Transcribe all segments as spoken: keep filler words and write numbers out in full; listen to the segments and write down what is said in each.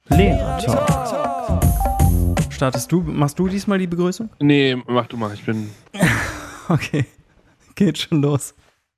Lehrer Talk. Startest du, machst du diesmal die Begrüßung? Nee, mach du mal, ich bin... Okay, geht schon los.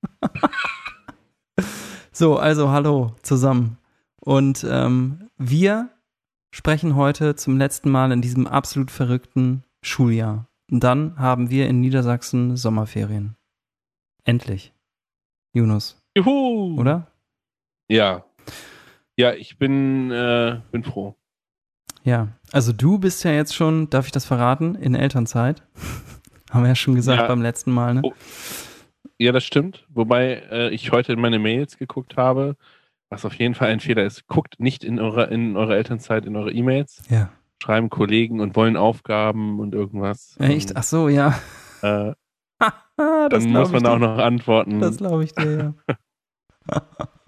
So, also hallo zusammen. Und ähm, wir sprechen heute zum letzten Mal in diesem absolut verrückten Schuljahr. Und dann haben wir in Niedersachsen Sommerferien. Endlich. Yunus. Juhu! Oder? Ja. Ja, ich bin, äh, bin froh. Ja, also du bist ja jetzt schon, darf ich das verraten, in Elternzeit. Haben wir ja schon gesagt Ja. beim letzten Mal, ne? Oh. Ja, das stimmt. Wobei äh, ich heute in meine Mails geguckt habe, was auf jeden Fall ein Fehler ist. Guckt nicht in eurer in eurer Elternzeit in eure E-Mails. Ja. Schreiben Kollegen und wollen Aufgaben und irgendwas. Echt? Ach so, ja. Äh, Das dann glaub muss man ich auch dir. noch antworten. Das glaube ich dir, ja.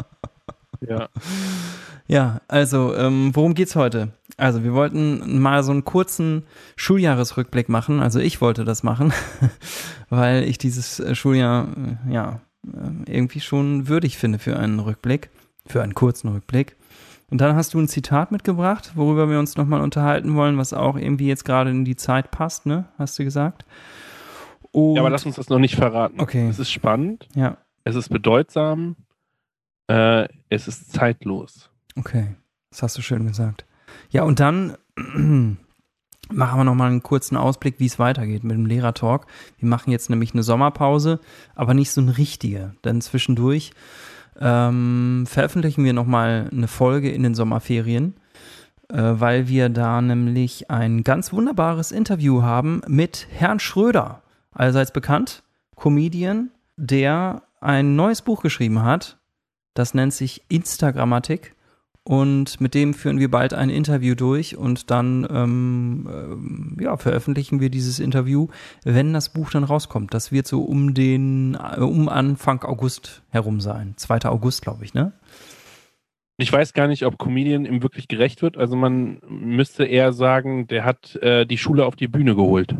Ja. Ja, also, ähm, worum geht's heute? Also, wir wollten mal so einen kurzen Schuljahresrückblick machen. Also, ich wollte das machen, weil ich dieses äh, Schuljahr, äh, ja, äh, irgendwie schon würdig finde für einen Rückblick, für einen kurzen Rückblick. Und dann hast du ein Zitat mitgebracht, worüber wir uns nochmal unterhalten wollen, was auch irgendwie jetzt gerade in die Zeit passt, ne? Hast du gesagt? Und, Ja, aber lass uns das noch nicht verraten. Okay. Es ist spannend, ja, es ist bedeutsam, äh, es ist zeitlos. okay. Das hast du schön gesagt. Ja, und dann machen wir nochmal einen kurzen Ausblick, wie es weitergeht mit dem Lehrertalk. Wir machen jetzt nämlich eine Sommerpause, aber nicht so eine richtige. Denn zwischendurch ähm, veröffentlichen wir nochmal eine Folge in den Sommerferien, äh, weil wir da nämlich ein ganz wunderbares Interview haben mit Herrn Schröder, allseits bekannt, Comedian, der ein neues Buch geschrieben hat. Das nennt sich Instagrammatik. Und mit dem führen wir bald ein Interview durch und dann ähm, ähm, ja, veröffentlichen wir dieses Interview, wenn das Buch dann rauskommt. Das wird so um den äh, um Anfang August herum sein. zweiter August, glaube ich, ne? Ich weiß gar nicht, ob Comedian ihm wirklich gerecht wird. Also man müsste eher sagen, der hat äh, die Schule auf die Bühne geholt.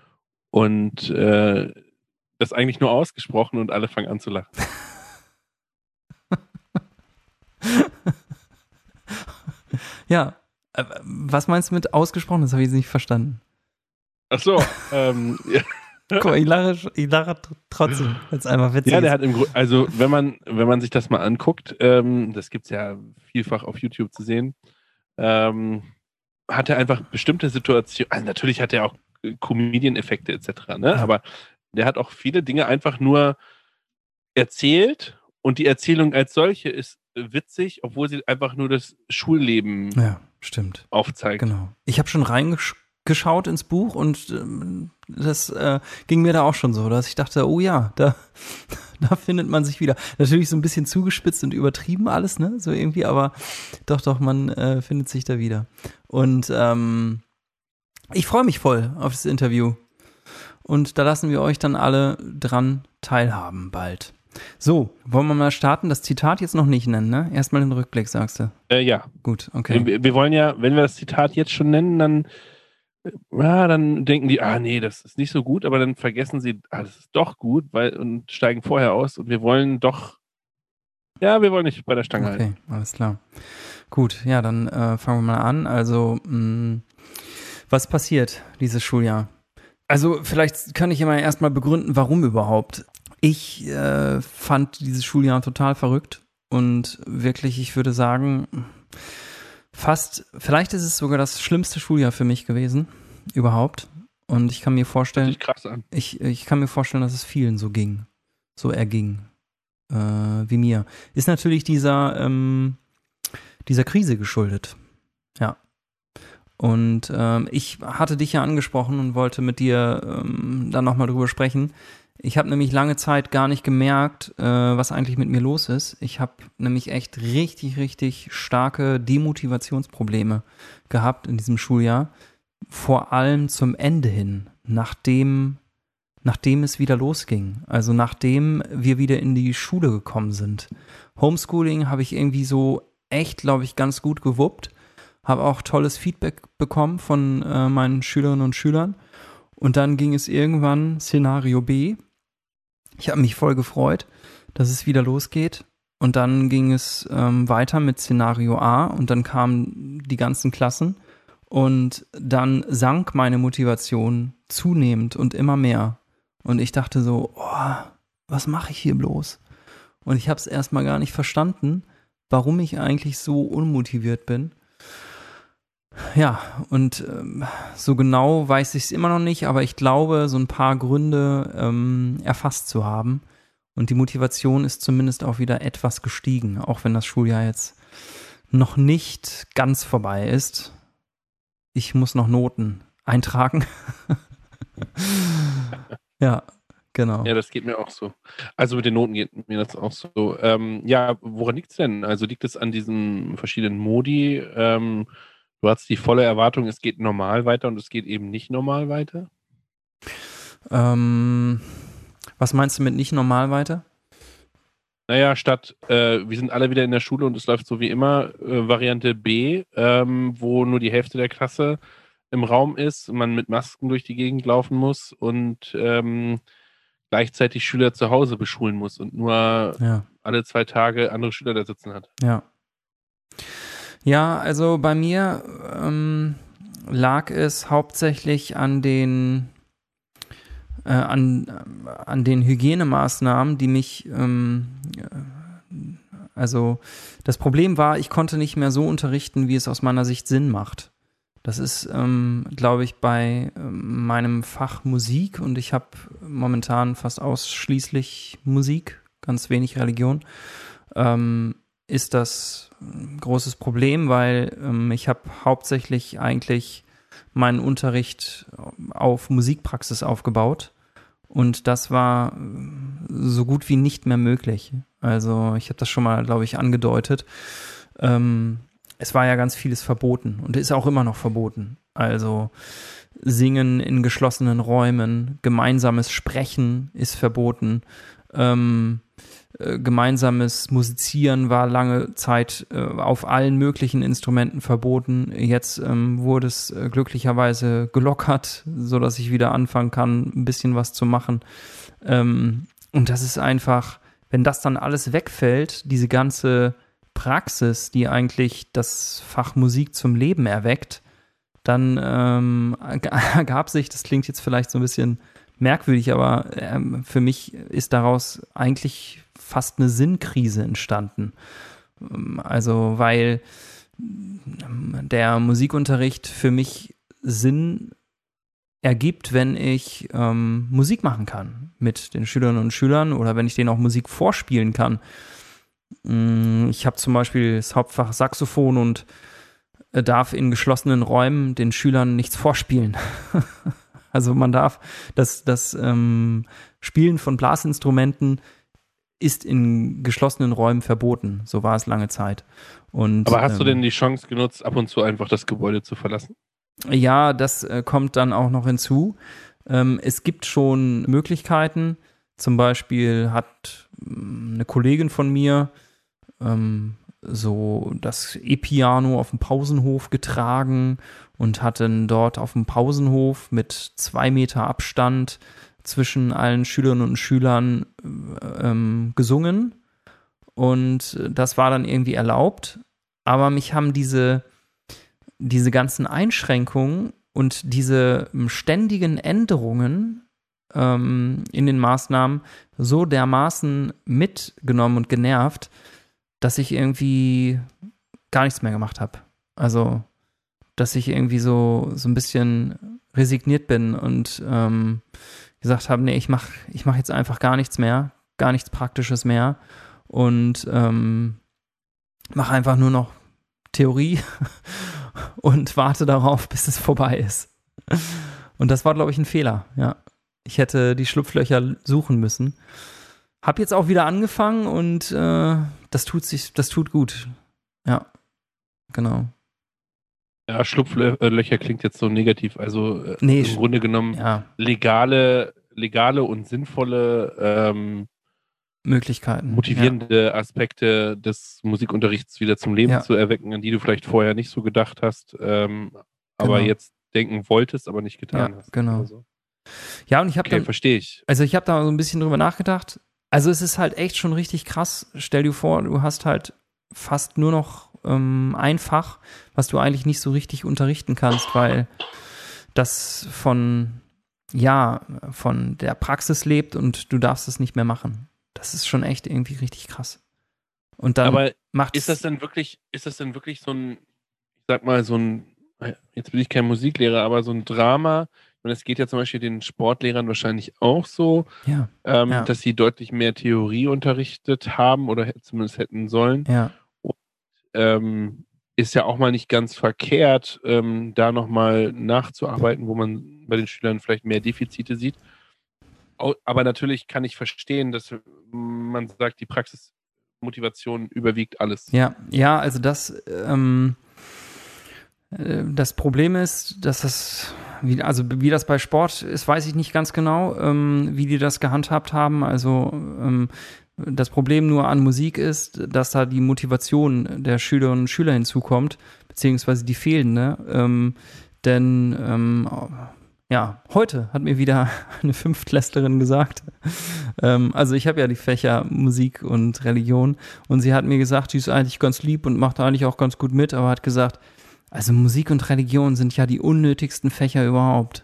Und äh, das eigentlich nur ausgesprochen und alle fangen an zu lachen. Ja, äh, was meinst du mit ausgesprochen? Das habe ich jetzt nicht verstanden. Ach so, ähm, ja. Guck mal, ich lache, ich lache trotzdem, weil es einfach witzig Ja, der ist. hat im Grunde, also wenn man, wenn man sich das mal anguckt, ähm, das gibt's ja vielfach auf YouTube zu sehen, ähm, hat er einfach bestimmte Situationen, also natürlich hat er auch Comedian-Effekte et cetera, ne? Ja. Aber der hat auch viele Dinge einfach nur erzählt und die Erzählung als solche ist witzig, obwohl sie einfach nur das Schulleben Ja, stimmt. aufzeigt. Genau. Ich habe schon reingeschaut ins Buch und ähm, das äh, ging mir da auch schon so, dass ich dachte, oh ja, da, da findet man sich wieder. Natürlich so ein bisschen zugespitzt und übertrieben alles, ne? So irgendwie, aber doch, doch, man äh, findet sich da wieder. Und ähm, ich freue mich voll auf das Interview. Und da lassen wir euch dann alle dran teilhaben bald. So, wollen wir mal starten? Das Zitat jetzt noch nicht nennen, ne? Erstmal den Rückblick, sagst du. Äh, ja. Gut, okay. Wir, wir wollen ja, wenn wir das Zitat jetzt schon nennen, dann, ja, dann denken die, ah nee, das ist nicht so gut, aber dann vergessen sie, ah, das ist doch gut, weil und steigen vorher aus und wir wollen doch, ja, wir wollen nicht bei der Stange Okay, halten. alles klar. Gut, ja, dann äh, fangen wir mal an. Also, mh, was passiert dieses Schuljahr? Also, vielleicht kann ich ja mal erstmal begründen, warum überhaupt. Ich äh, fand dieses Schuljahr total verrückt und wirklich, ich würde sagen, fast, vielleicht ist es sogar das schlimmste Schuljahr für mich gewesen, überhaupt. Und ich kann mir vorstellen, Hört sich krass an. ich, ich kann mir vorstellen, dass es vielen so ging, so erging, äh, wie mir. Ist natürlich dieser, ähm, dieser Krise geschuldet, ja. Und ähm, ich hatte dich ja angesprochen und wollte mit dir ähm, dann nochmal drüber sprechen. Ich habe nämlich lange Zeit gar nicht gemerkt, äh, was eigentlich mit mir los ist. Ich habe nämlich echt richtig, richtig starke Demotivationsprobleme gehabt in diesem Schuljahr. Vor allem zum Ende hin, nachdem, nachdem es wieder losging. Also nachdem wir wieder in die Schule gekommen sind. Homeschooling habe ich irgendwie so echt, glaube ich, ganz gut gewuppt. Habe auch tolles Feedback bekommen von äh, meinen Schülerinnen und Schülern. Und dann ging es irgendwann Szenario B. Ich habe mich voll gefreut, dass es wieder losgeht. Und dann ging es ähm, weiter mit Szenario A. Und dann kam die ganzen Klassen. Und dann sank meine Motivation zunehmend und immer mehr. Und ich dachte so, oh, was mache ich hier bloß? Und ich habe es erstmal gar nicht verstanden, warum ich eigentlich so unmotiviert bin. Ja, und ähm, so genau weiß ich es immer noch nicht, aber ich glaube, so ein paar Gründe ähm, erfasst zu haben. Und die Motivation ist zumindest auch wieder etwas gestiegen, auch wenn das Schuljahr jetzt noch nicht ganz vorbei ist. Ich muss noch Noten eintragen. Ja, genau. Ja, das geht mir auch so. Also mit den Noten geht mir das auch so. Ähm, ja, woran liegt es denn? Also liegt es an diesen verschiedenen Modi? Ähm, du hast die volle Erwartung, es geht normal weiter und es geht eben nicht normal weiter? Ähm, was meinst du mit nicht normal weiter? Naja, statt äh, wir sind alle wieder in der Schule und es läuft so wie immer, äh, Variante B, ähm, wo nur die Hälfte der Klasse im Raum ist, man mit Masken durch die Gegend laufen muss und ähm, gleichzeitig Schüler zu Hause beschulen muss und nur Ja. alle zwei Tage andere Schüler da sitzen hat. Ja. Ja, also bei mir ähm, lag es hauptsächlich an den äh, an, an den Hygienemaßnahmen, die mich ähm, also das Problem war, ich konnte nicht mehr so unterrichten, wie es aus meiner Sicht Sinn macht. Das ist, ähm, glaube ich, bei ähm, meinem Fach Musik und ich habe momentan fast ausschließlich Musik, ganz wenig Religion, ähm, ist das ein großes Problem, weil ähm, ich habe hauptsächlich eigentlich meinen Unterricht auf Musikpraxis aufgebaut und das war so gut wie nicht mehr möglich. Also ich habe das schon mal, glaube ich, angedeutet. Ähm, Es war ja ganz vieles verboten und ist auch immer noch verboten. Also Singen in geschlossenen Räumen, gemeinsames Sprechen ist verboten, ähm, äh, gemeinsames Musizieren war lange Zeit äh, auf allen möglichen Instrumenten verboten. Jetzt ähm, wurde es äh, glücklicherweise gelockert, sodass ich wieder anfangen kann, ein bisschen was zu machen. Ähm, und das ist einfach, wenn das dann alles wegfällt, diese ganze Praxis, die eigentlich das Fach Musik zum Leben erweckt, dann ähm, ergab sich, das klingt jetzt vielleicht so ein bisschen merkwürdig, aber ähm, für mich ist daraus eigentlich fast eine Sinnkrise entstanden. Also, weil der Musikunterricht für mich Sinn ergibt, wenn ich ähm, Musik machen kann mit den Schülerinnen und Schülern oder wenn ich denen auch Musik vorspielen kann. Ich habe zum Beispiel das Hauptfach Saxophon und darf in geschlossenen Räumen den Schülern nichts vorspielen. Also man darf, das, das ähm, Spielen von Blasinstrumenten ist in geschlossenen Räumen verboten. So war es lange Zeit. Und, Aber hast ähm, du denn die Chance genutzt, ab und zu einfach das Gebäude zu verlassen? Ja, das äh, kommt dann auch noch hinzu. Ähm, es gibt schon Möglichkeiten. Zum Beispiel hat ähm, eine Kollegin von mir ähm, so das E-Piano auf dem Pausenhof getragen und hat dann dort auf dem Pausenhof mit zwei Meter Abstand zwischen allen Schülerinnen und Schülern ähm, gesungen. Und das war dann irgendwie erlaubt. Aber mich haben diese, diese ganzen Einschränkungen und diese ständigen Änderungen ähm, in den Maßnahmen so dermaßen mitgenommen und genervt, dass ich irgendwie gar nichts mehr gemacht habe. Also, dass ich irgendwie so, so ein bisschen resigniert bin und ähm, gesagt habe, nee, ich mach, ich mach jetzt einfach gar nichts mehr, gar nichts Praktisches mehr und ähm, mache einfach nur noch Theorie und warte darauf, bis es vorbei ist. Und das war, glaube ich, ein Fehler, ja. Ich hätte die Schlupflöcher suchen müssen. Hab jetzt auch wieder angefangen und äh, das tut sich, das tut gut. Ja, genau. Ja, Schlupflöcher klingt jetzt so negativ. Also äh, Nee, im Grunde genommen ja, legale, legale und sinnvolle ähm, Möglichkeiten. motivierende Aspekte des Musikunterrichts wieder zum Leben Ja. zu erwecken, an die du vielleicht vorher nicht so gedacht hast, ähm, aber Genau. jetzt denken wolltest, aber nicht getan Ja, hast. genau. Oder so. Ja, und ich habe Okay, dann, verstehe ich. also ich habe da so ein bisschen drüber nachgedacht. Also es ist halt echt schon richtig krass. Stell dir vor, du hast halt fast nur noch ähm, ein Fach, was du eigentlich nicht so richtig unterrichten kannst, weil das von, ja, von der Praxis lebt und du darfst es nicht mehr machen. Das ist schon echt irgendwie richtig krass. Und dann Aber macht's, ist das denn wirklich, ist das denn wirklich so ein, ich sag mal, so ein, jetzt bin ich kein Musiklehrer, aber so ein Drama, und es geht ja zum Beispiel den Sportlehrern wahrscheinlich auch so, ja, ähm, ja, dass sie deutlich mehr Theorie unterrichtet haben oder hätt- zumindest hätten sollen. ja, Und, ähm, ist ja auch mal nicht ganz verkehrt, ähm, da nochmal nachzuarbeiten, wo man bei den Schülern vielleicht mehr Defizite sieht. Au- Aber natürlich kann ich verstehen, dass man sagt, die Praxismotivation überwiegt alles. ja, ja, also das, ähm, äh, das Problem ist, dass das, wie, also wie das bei Sport ist, weiß ich nicht ganz genau, ähm, wie die das gehandhabt haben. Also ähm, das Problem nur an Musik ist, dass da die Motivation der Schülerinnen und Schüler hinzukommt, beziehungsweise die fehlende. Ähm, denn ähm, ja, heute hat mir wieder eine Fünftklässlerin gesagt, ähm, also ich habe ja die Fächer Musik und Religion und sie hat mir gesagt, die ist eigentlich ganz lieb und macht eigentlich auch ganz gut mit, aber hat gesagt, also Musik und Religion sind ja die unnötigsten Fächer überhaupt.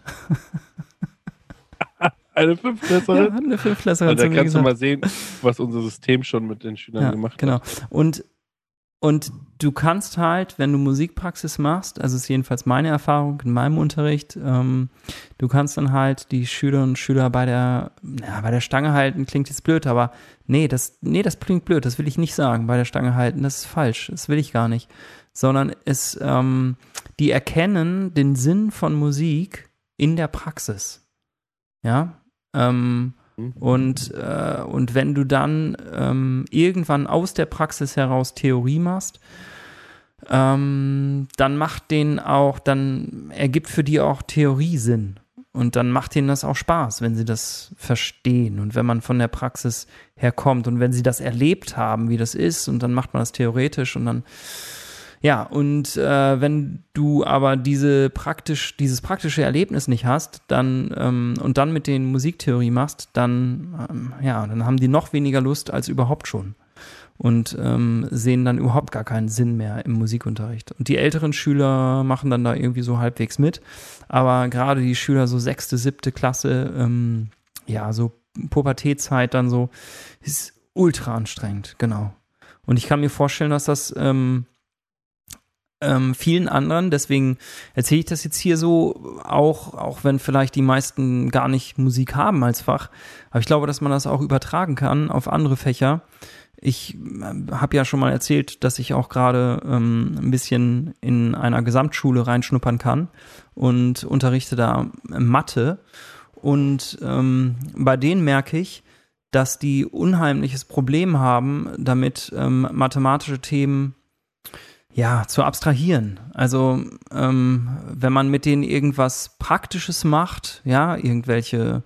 Eine Fünftklässlerin? Ja, hat eine Fünftklässlerin Also zu da mir kannst du gesagt. mal sehen, was unser System schon mit den Schülern Ja, gemacht genau. hat. Und, und du kannst halt, wenn du Musikpraxis machst, also ist jedenfalls meine Erfahrung in meinem Unterricht, ähm, du kannst dann halt die Schülerinnen und Schüler bei der, ja, bei der Stange halten, klingt jetzt blöd, aber nee, das, nee, das klingt blöd, das will ich nicht sagen, bei der Stange halten, das ist falsch, das will ich gar nicht. Sondern es, ähm, die erkennen den Sinn von Musik in der Praxis. Ja, ähm, Mhm. und, äh, und wenn du dann ähm, irgendwann aus der Praxis heraus Theorie machst, ähm, dann macht denen auch, dann ergibt für die auch Theorie Sinn. Und dann macht denen das auch Spaß, wenn sie das verstehen und wenn man von der Praxis herkommt und wenn sie das erlebt haben, wie das ist, und dann macht man das theoretisch und dann ja, und äh, wenn du aber diese praktisch, dieses praktische Erlebnis nicht hast, dann ähm, und dann mit den Musiktheorie machst, dann ähm, ja, dann haben die noch weniger Lust als überhaupt schon und ähm, sehen dann überhaupt gar keinen Sinn mehr im Musikunterricht. Und die älteren Schüler machen dann da irgendwie so halbwegs mit, aber gerade die Schüler so sechste, siebte Klasse, ähm, ja, so Pubertätzeit dann so, ist ultra anstrengend, genau. Und ich kann mir vorstellen, dass das ähm, Ähm, vielen anderen, deswegen erzähle ich das jetzt hier so, auch, auch wenn vielleicht die meisten gar nicht Musik haben als Fach, aber ich glaube, dass man das auch übertragen kann auf andere Fächer. Ich äh, habe ja schon mal erzählt, dass ich auch gerade ähm, ein bisschen in einer Gesamtschule reinschnuppern kann und unterrichte da Mathe und ähm, bei denen merke ich, dass die unheimliches Problem haben, damit ähm, mathematische Themen ja, zu abstrahieren. Also, ähm, wenn man mit denen irgendwas Praktisches macht, ja, irgendwelche,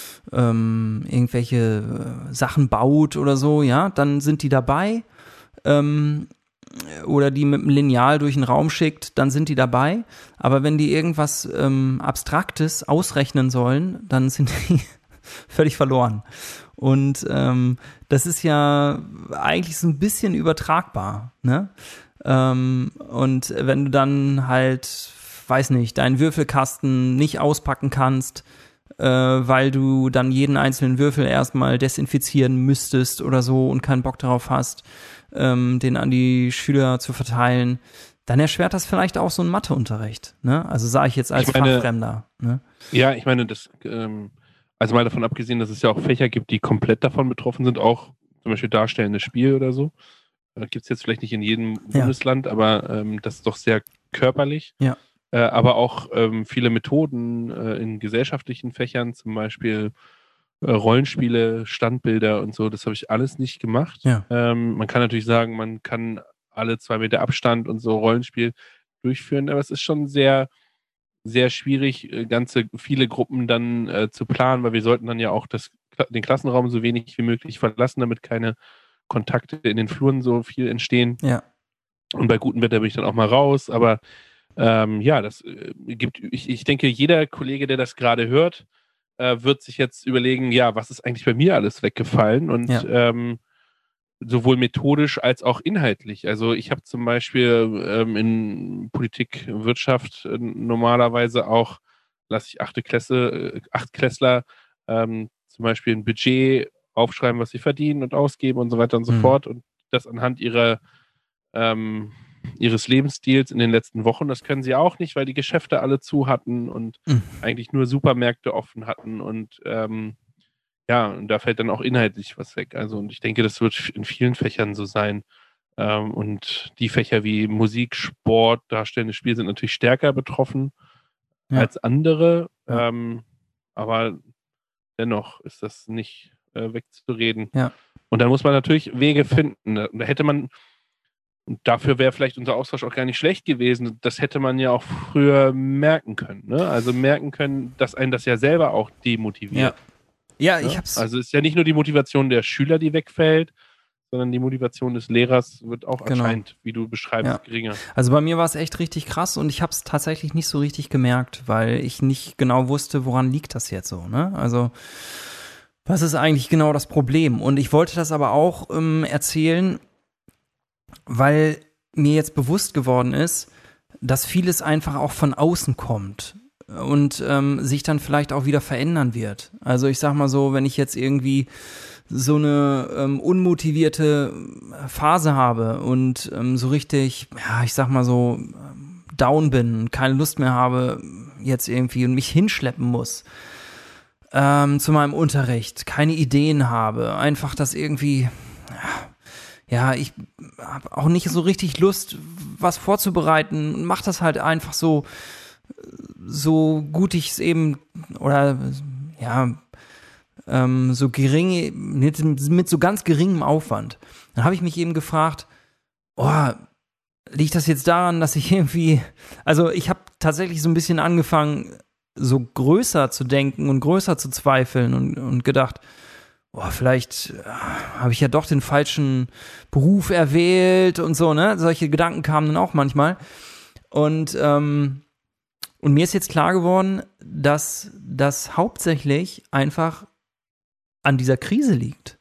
ähm, irgendwelche äh, Sachen baut oder so, ja, dann sind die dabei. Ähm, oder die mit dem Lineal durch den Raum schickt, dann sind die dabei. Aber wenn die irgendwas ähm, Abstraktes ausrechnen sollen, dann sind die völlig verloren. Und ähm, das ist ja eigentlich so ein bisschen übertragbar, ne? Ähm, und wenn du dann halt, weiß nicht, deinen Würfelkasten nicht auspacken kannst, äh, weil du dann jeden einzelnen Würfel erstmal desinfizieren müsstest oder so und keinen Bock darauf hast, ähm, den an die Schüler zu verteilen, dann erschwert das vielleicht auch so einen Matheunterricht, ne? Also sage ich jetzt als Ich meine, Fachfremder, ne? Ja, ich meine, das, ähm, also mal davon abgesehen, dass es ja auch Fächer gibt, die komplett davon betroffen sind, auch zum Beispiel darstellendes Spiel oder so. Äh, gibt es jetzt vielleicht nicht in jedem Ja. Bundesland, aber ähm, das ist doch sehr körperlich. Ja. Äh, aber auch ähm, viele Methoden äh, in gesellschaftlichen Fächern, zum Beispiel äh, Rollenspiele, Standbilder und so, das habe ich alles nicht gemacht. Ja. Ähm, man kann natürlich sagen, man kann alle zwei Meter Abstand und so Rollenspiel durchführen, aber es ist schon sehr, sehr schwierig, äh, ganze viele Gruppen dann äh, zu planen, weil wir sollten dann ja auch das, den Klassenraum so wenig wie möglich verlassen, damit keine Kontakte in den Fluren so viel entstehen. Ja. Und bei gutem Wetter bin ich dann auch mal raus, aber ähm, ja, das äh, gibt, ich, ich denke, jeder Kollege, der das gerade hört, äh, wird sich jetzt überlegen, ja, was ist eigentlich bei mir alles weggefallen? Und Ja. ähm, sowohl methodisch als auch inhaltlich. Also ich habe zum Beispiel ähm, in Politik, Wirtschaft äh, normalerweise auch, lasse ich achte Klasse, äh, Achtklässler ähm, zum Beispiel ein Budget aufschreiben, was sie verdienen und ausgeben und so weiter und so Mhm. fort und das anhand ihrer ähm, ihres Lebensstils in den letzten Wochen. Das können sie auch nicht, weil die Geschäfte alle zu hatten und Mhm. eigentlich nur Supermärkte offen hatten und ähm, ja, und da fällt dann auch inhaltlich was weg. Also, und ich denke, das wird in vielen Fächern so sein. Ähm, und die Fächer wie Musik, Sport, darstellendes Spiel sind natürlich stärker betroffen Ja. als andere. Ja. Ähm, aber dennoch ist das nicht äh, wegzureden. Ja. Und dann muss man natürlich Wege finden. Da da hätte man, und dafür wäre vielleicht unser Austausch auch gar nicht schlecht gewesen. Das hätte man ja auch früher merken können. Ne? Also merken können, dass einen das ja selber auch demotiviert. Ja. Ja, Ne? ich hab's. Also es ist ja nicht nur die Motivation der Schüler, die wegfällt, sondern die Motivation des Lehrers wird auch Genau. anscheinend, wie du beschreibst, Ja. geringer. Also bei mir war es echt richtig krass und ich habe es tatsächlich nicht so richtig gemerkt, weil ich nicht genau wusste, woran liegt das jetzt so, ne? Also was ist eigentlich genau das Problem? Und ich wollte das aber auch ähm, erzählen, weil mir jetzt bewusst geworden ist, dass vieles einfach auch von außen kommt und ähm, sich dann vielleicht auch wieder verändern wird. Also ich sag mal so, wenn ich jetzt irgendwie so eine ähm, unmotivierte Phase habe und ähm, so richtig, ja, ich sag mal so, ähm, down bin, keine Lust mehr habe jetzt irgendwie und mich hinschleppen muss ähm, zu meinem Unterricht, keine Ideen habe, einfach das irgendwie, ja, ich habe auch nicht so richtig Lust, was vorzubereiten und mache das halt einfach so, so gut ich es eben, oder ja, ähm, so gering, mit, mit so ganz geringem Aufwand. Dann habe ich mich eben gefragt, oh, liegt das jetzt daran, dass ich irgendwie, also ich habe tatsächlich so ein bisschen angefangen, so größer zu denken und größer zu zweifeln und, und gedacht, boah, vielleicht äh, habe ich ja doch den falschen Beruf erwählt und so, ne? Solche Gedanken kamen dann auch manchmal. Und, ähm, und mir ist jetzt klar geworden, dass das hauptsächlich einfach an dieser Krise liegt.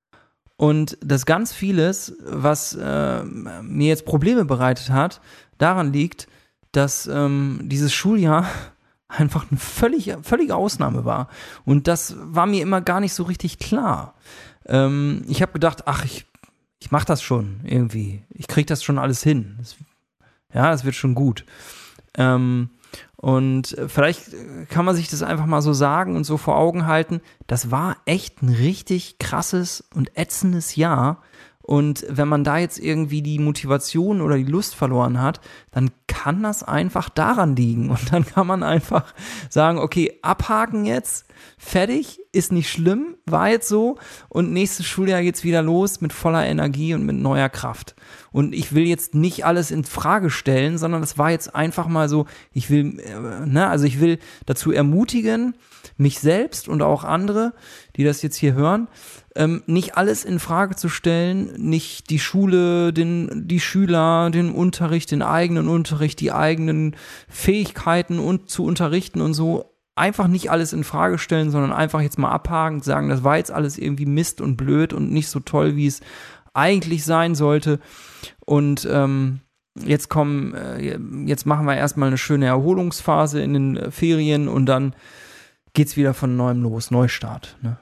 Und dass ganz vieles, was äh, mir jetzt Probleme bereitet hat, daran liegt, dass ähm, dieses Schuljahr einfach eine völlig, völlige Ausnahme war. Und das war mir immer gar nicht so richtig klar. Ähm, ich habe gedacht, ach, ich, ich mache das schon irgendwie. Ich kriege das schon alles hin. Das, ja, das wird schon gut. Ähm, und vielleicht kann man sich das einfach mal so sagen und so vor Augen halten. Das war echt ein richtig krasses und ätzendes Jahr. Und wenn man da jetzt irgendwie die Motivation oder die Lust verloren hat, dann kann das einfach daran liegen. Und dann kann man einfach sagen, okay, abhaken jetzt, fertig, ist nicht schlimm, war jetzt so. Und nächstes Schuljahr geht's wieder los mit voller Energie und mit neuer Kraft. Und ich will jetzt nicht alles in Frage stellen, sondern es war jetzt einfach mal so, ich will, äh, ne, also ich will dazu ermutigen, mich selbst und auch andere, die das jetzt hier hören, ähm, nicht alles in Frage zu stellen, nicht die Schule, den, die Schüler, den Unterricht, den eigenen Unterricht, die eigenen Fähigkeiten und zu unterrichten und so, einfach nicht alles in Frage stellen, sondern einfach jetzt mal abhaken, sagen, das war jetzt alles irgendwie Mist und blöd und nicht so toll, wie es eigentlich sein sollte. Und ähm, jetzt kommen, äh, jetzt machen wir erstmal eine schöne Erholungsphase in den äh, Ferien und dann geht's wieder von neuem los, Neustart. Ne?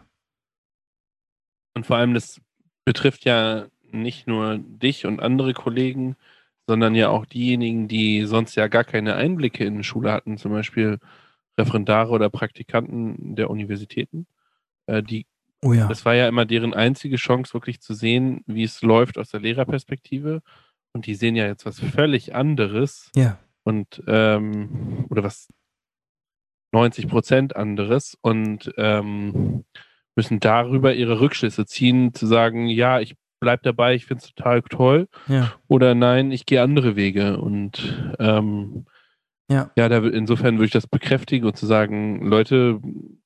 Und vor allem, das betrifft ja nicht nur dich und andere Kollegen, sondern ja auch diejenigen, die sonst ja gar keine Einblicke in die Schule hatten, zum Beispiel Referendare oder Praktikanten der Universitäten. Äh, die, Oh ja. das war ja immer deren einzige Chance, wirklich zu sehen, wie es läuft aus der Lehrerperspektive. Und die sehen ja jetzt was völlig anderes. Ja. Und, ähm, oder was neunzig Prozent anderes und ähm, müssen darüber ihre Rückschlüsse ziehen, zu sagen, ja, ich bleib dabei, ich finde es total toll. Ja. Oder nein, ich gehe andere Wege. Und ähm, Ja. ja, da, insofern würde ich das bekräftigen und zu sagen, Leute,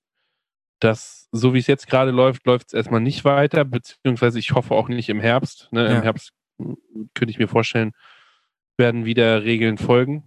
das, so wie es jetzt gerade läuft, läuft es erstmal nicht weiter, beziehungsweise ich hoffe auch nicht im Herbst. Ne? Ja. Im Herbst könnte ich mir vorstellen, werden wieder Regeln folgen.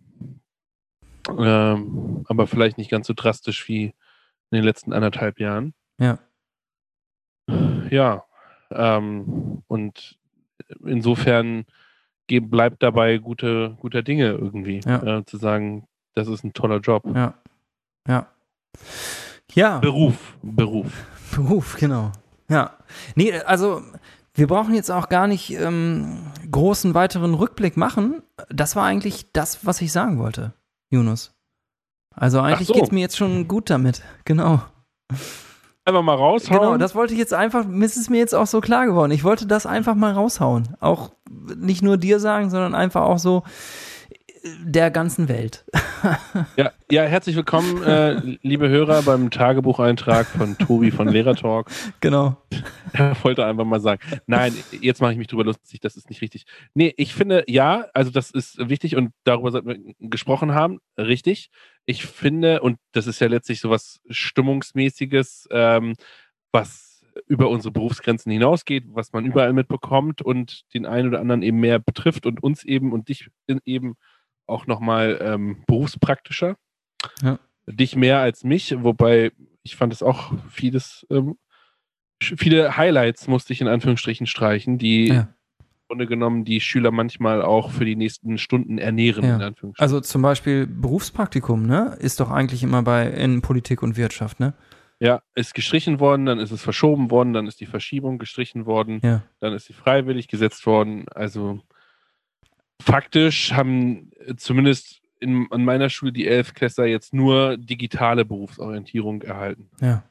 Ähm, aber vielleicht nicht ganz so drastisch wie in den letzten anderthalb Jahren. Ja. Ja, Ähm, und insofern ge- bleibt dabei gute, guter Dinge irgendwie, Ja. äh, zu sagen, das ist ein toller Job. Ja. Ja. Ja. Beruf, Beruf. Beruf, genau. Ja. Nee, also wir brauchen jetzt auch gar nicht ähm, großen weiteren Rückblick machen. Das war eigentlich das, was ich sagen wollte, Yunus. Also eigentlich Ach so. geht's mir jetzt schon gut damit. Genau. Einfach mal raushauen. Genau, das wollte ich jetzt einfach, es ist mir jetzt auch so klar geworden. Ich wollte das einfach mal raushauen. Auch nicht nur dir sagen, sondern einfach auch so der ganzen Welt. Ja, ja, herzlich willkommen, äh, liebe Hörer, beim Tagebucheintrag von Tobi von Lehrertalk. Genau. Er wollte einfach mal sagen, nein, jetzt mache ich mich drüber lustig, das ist nicht richtig. Nee, ich finde, ja, also das ist wichtig und darüber sollten wir gesprochen haben, richtig. Ich finde, und das ist ja letztlich sowas Stimmungsmäßiges, ähm, was über unsere Berufsgrenzen hinausgeht, was man überall mitbekommt und den einen oder anderen eben mehr betrifft und uns eben und dich eben auch nochmal ähm, berufspraktischer. Ja. Dich mehr als mich, wobei ich fand es auch vieles, ähm, viele Highlights musste ich in Anführungsstrichen streichen, die Ja. im Grunde genommen die Schüler manchmal auch für die nächsten Stunden ernähren, Ja. in Anführungsstrichen. Also zum Beispiel Berufspraktikum, ne? Ist doch eigentlich immer bei in Politik und Wirtschaft, ne? Ja, ist gestrichen worden, dann ist es verschoben worden, dann ist die Verschiebung gestrichen worden, Ja. dann ist sie freiwillig gesetzt worden. Also faktisch haben äh, zumindest in, an meiner Schule die Elftklässler jetzt nur digitale Berufsorientierung erhalten. Ja.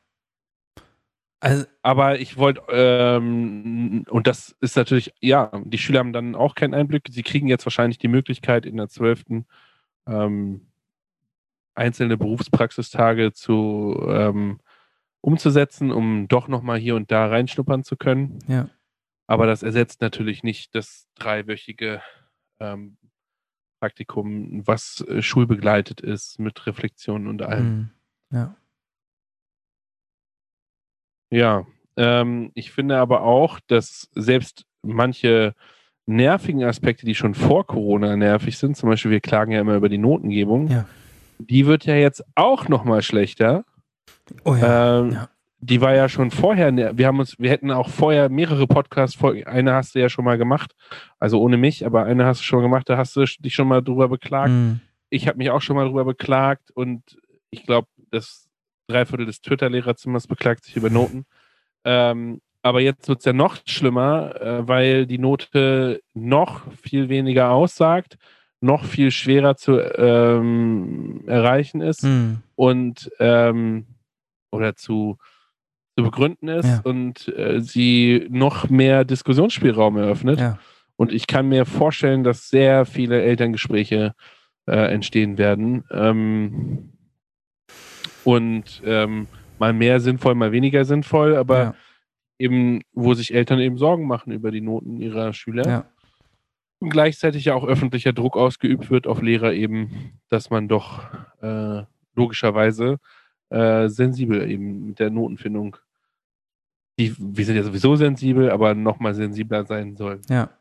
Also, Aber ich wollte, ähm, und das ist natürlich, ja, die Schüler haben dann auch keinen Einblick. Sie kriegen jetzt wahrscheinlich die Möglichkeit, in der zwölften Ähm, einzelne Berufspraxistage zu ähm, umzusetzen, um doch nochmal hier und da reinschnuppern zu können. ja. Aber das ersetzt natürlich nicht das dreiwöchige ähm, Praktikum, was äh, schulbegleitet ist, mit Reflexion und allem. Hm. Ja. Ja, ähm, ich finde aber auch, dass selbst manche nervigen Aspekte, die schon vor Corona nervig sind, zum Beispiel wir klagen ja immer über die Notengebung, Ja. die wird ja jetzt auch nochmal schlechter. Oh ja. Ähm, ja. Die war ja schon vorher, wir haben uns, wir hätten auch vorher mehrere Podcasts-Folgen, eine hast du ja schon mal gemacht, also ohne mich, aber eine hast du schon gemacht, da hast du dich schon mal drüber beklagt. Hm. Ich habe mich auch schon mal drüber beklagt und ich glaube, das Dreiviertel des Twitter-Lehrerzimmers beklagt sich über Noten. Ähm, aber jetzt wird es ja noch schlimmer, äh, weil die Note noch viel weniger aussagt, noch viel schwerer zu ähm, erreichen ist Hm. und ähm, oder zu, zu begründen ist Ja. und äh, sie noch mehr Diskussionsspielraum eröffnet. Ja. Und ich kann mir vorstellen, dass sehr viele Elterngespräche äh, entstehen werden. Ähm, und ähm, mal mehr sinnvoll, mal weniger sinnvoll, aber Ja. eben, wo sich Eltern eben Sorgen machen über die Noten ihrer Schüler. Ja. Und gleichzeitig ja auch öffentlicher Druck ausgeübt wird auf Lehrer eben, dass man doch äh, logischerweise äh, sensibel eben mit der Notenfindung, die, wir sind ja sowieso sensibel, aber nochmal sensibler sein soll. Ja.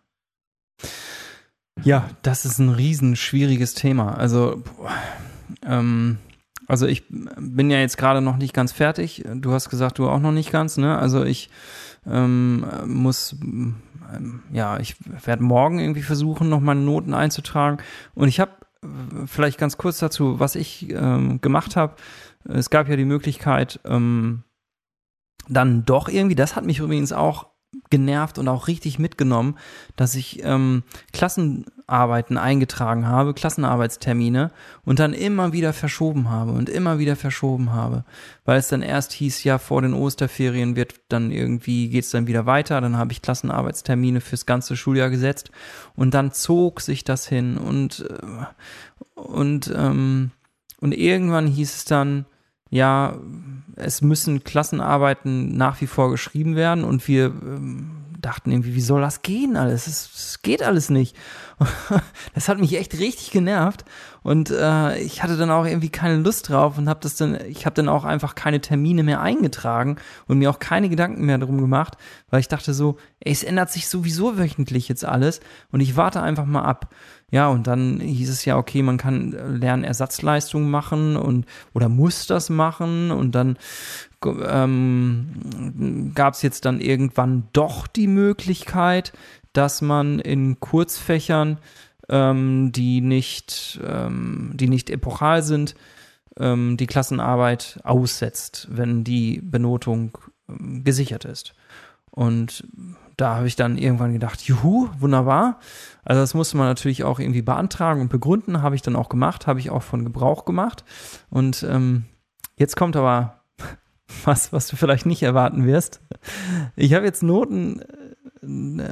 Ja, das ist ein riesen schwieriges Thema. Also, boah, ähm, also ich bin ja jetzt gerade noch nicht ganz fertig. Du hast gesagt, du auch noch nicht ganz, ne? Also ich ähm, muss, ähm, ja, ich werde morgen irgendwie versuchen, noch meine Noten einzutragen. Und ich habe vielleicht ganz kurz dazu, was ich ähm, gemacht habe. Es gab ja die Möglichkeit, ähm, dann doch irgendwie, das hat mich übrigens auch genervt und auch richtig mitgenommen, dass ich ähm, Klassenarbeiten eingetragen habe, Klassenarbeitstermine und dann immer wieder verschoben habe und immer wieder verschoben habe, weil es dann erst hieß, ja, vor den Osterferien wird dann irgendwie, geht's dann wieder weiter, dann habe ich Klassenarbeitstermine fürs ganze Schuljahr gesetzt und dann zog sich das hin und äh, und ähm, und irgendwann hieß es dann, ja, es müssen Klassenarbeiten nach wie vor geschrieben werden und wir ähm, dachten irgendwie, wie soll das gehen alles? Es geht alles nicht. Das hat mich echt richtig genervt und äh, ich hatte dann auch irgendwie keine Lust drauf und habe das dann, ich habe dann auch einfach keine Termine mehr eingetragen und mir auch keine Gedanken mehr drum gemacht, weil ich dachte so, ey, es ändert sich sowieso wöchentlich jetzt alles und ich warte einfach mal ab. Ja, und dann hieß es ja, okay, man kann Lernersatzleistungen machen und oder muss das machen und dann ähm, gab es jetzt dann irgendwann doch die Möglichkeit, dass man in Kurzfächern, ähm, die nicht, ähm, die nicht epochal sind, ähm, die Klassenarbeit aussetzt, wenn die Benotung ähm, gesichert ist. Und da habe ich dann irgendwann gedacht, juhu, wunderbar. Also das musste man natürlich auch irgendwie beantragen und begründen, habe ich dann auch gemacht, habe ich auch von Gebrauch gemacht. Und ähm, jetzt kommt aber was, was du vielleicht nicht erwarten wirst. Ich habe jetzt Noten, äh,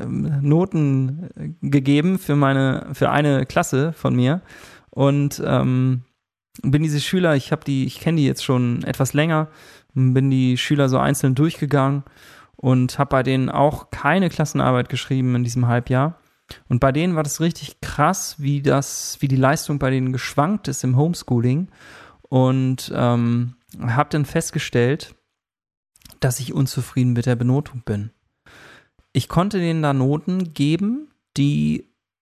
Noten gegeben für meine, für eine Klasse von mir und ähm, bin diese Schüler, ich habe die, ich kenne die jetzt schon etwas länger, bin die Schüler so einzeln durchgegangen und habe bei denen auch keine Klassenarbeit geschrieben in diesem Halbjahr. Und bei denen war das richtig krass, wie das, wie die Leistung bei denen geschwankt ist im Homeschooling. Und ähm, habe dann festgestellt, dass ich unzufrieden mit der Benotung bin. Ich konnte denen da Noten geben, die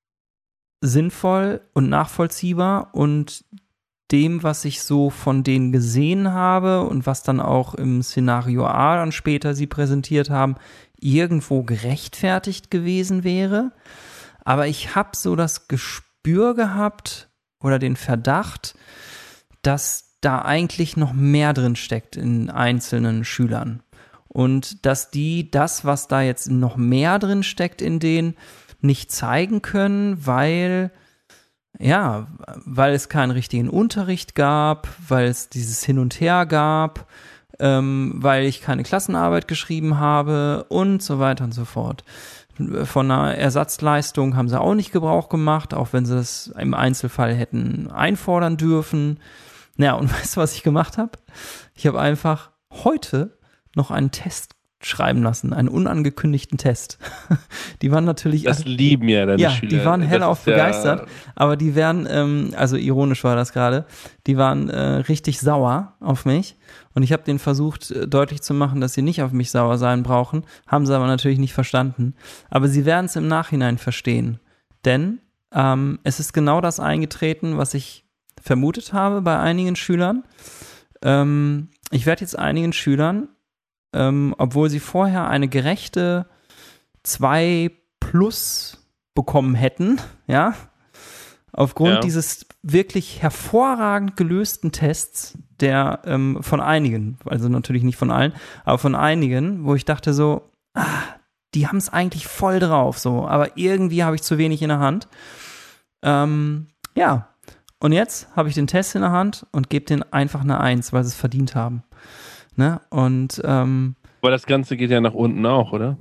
sinnvoll und nachvollziehbar und dem, was ich so von denen gesehen habe und was dann auch im Szenario A dann später sie präsentiert haben, irgendwo gerechtfertigt gewesen wäre. Aber ich habe so das Gespür gehabt oder den Verdacht, dass da eigentlich noch mehr drin steckt in einzelnen Schülern. Und dass die das, was da jetzt noch mehr drin steckt in denen, nicht zeigen können, weil Ja, weil es keinen richtigen Unterricht gab, weil es dieses Hin und Her gab, ähm, weil ich keine Klassenarbeit geschrieben habe und so weiter und so fort. Von einer Ersatzleistung haben sie auch nicht Gebrauch gemacht, auch wenn sie das im Einzelfall hätten einfordern dürfen. Naja, und weißt du, was ich gemacht habe? Ich habe einfach heute noch einen Test schreiben lassen, einen unangekündigten Test. Die waren natürlich... Das lieben ja deine ja, Schüler. Die waren hellauf begeistert, ja aber die wären, ähm, also ironisch war das gerade, die waren äh, richtig sauer auf mich und ich habe denen versucht äh, deutlich zu machen, dass sie nicht auf mich sauer sein brauchen, haben sie aber natürlich nicht verstanden. Aber sie werden es im Nachhinein verstehen, denn ähm, es ist genau das eingetreten, was ich vermutet habe bei einigen Schülern. Ähm, ich werde jetzt einigen Schülern Ähm, obwohl sie vorher eine gerechte zwei plus bekommen hätten, ja, aufgrund ja. dieses wirklich hervorragend gelösten Tests, der ähm, von einigen, also natürlich nicht von allen, aber von einigen, wo ich dachte so, ah, die haben es eigentlich voll drauf, so, aber irgendwie habe ich zu wenig in der Hand. Ähm, ja, und jetzt habe ich den Test in der Hand und gebe denen einfach eine Eins, weil sie es verdient haben. Ne? Und ähm, aber das Ganze geht ja nach unten auch, oder?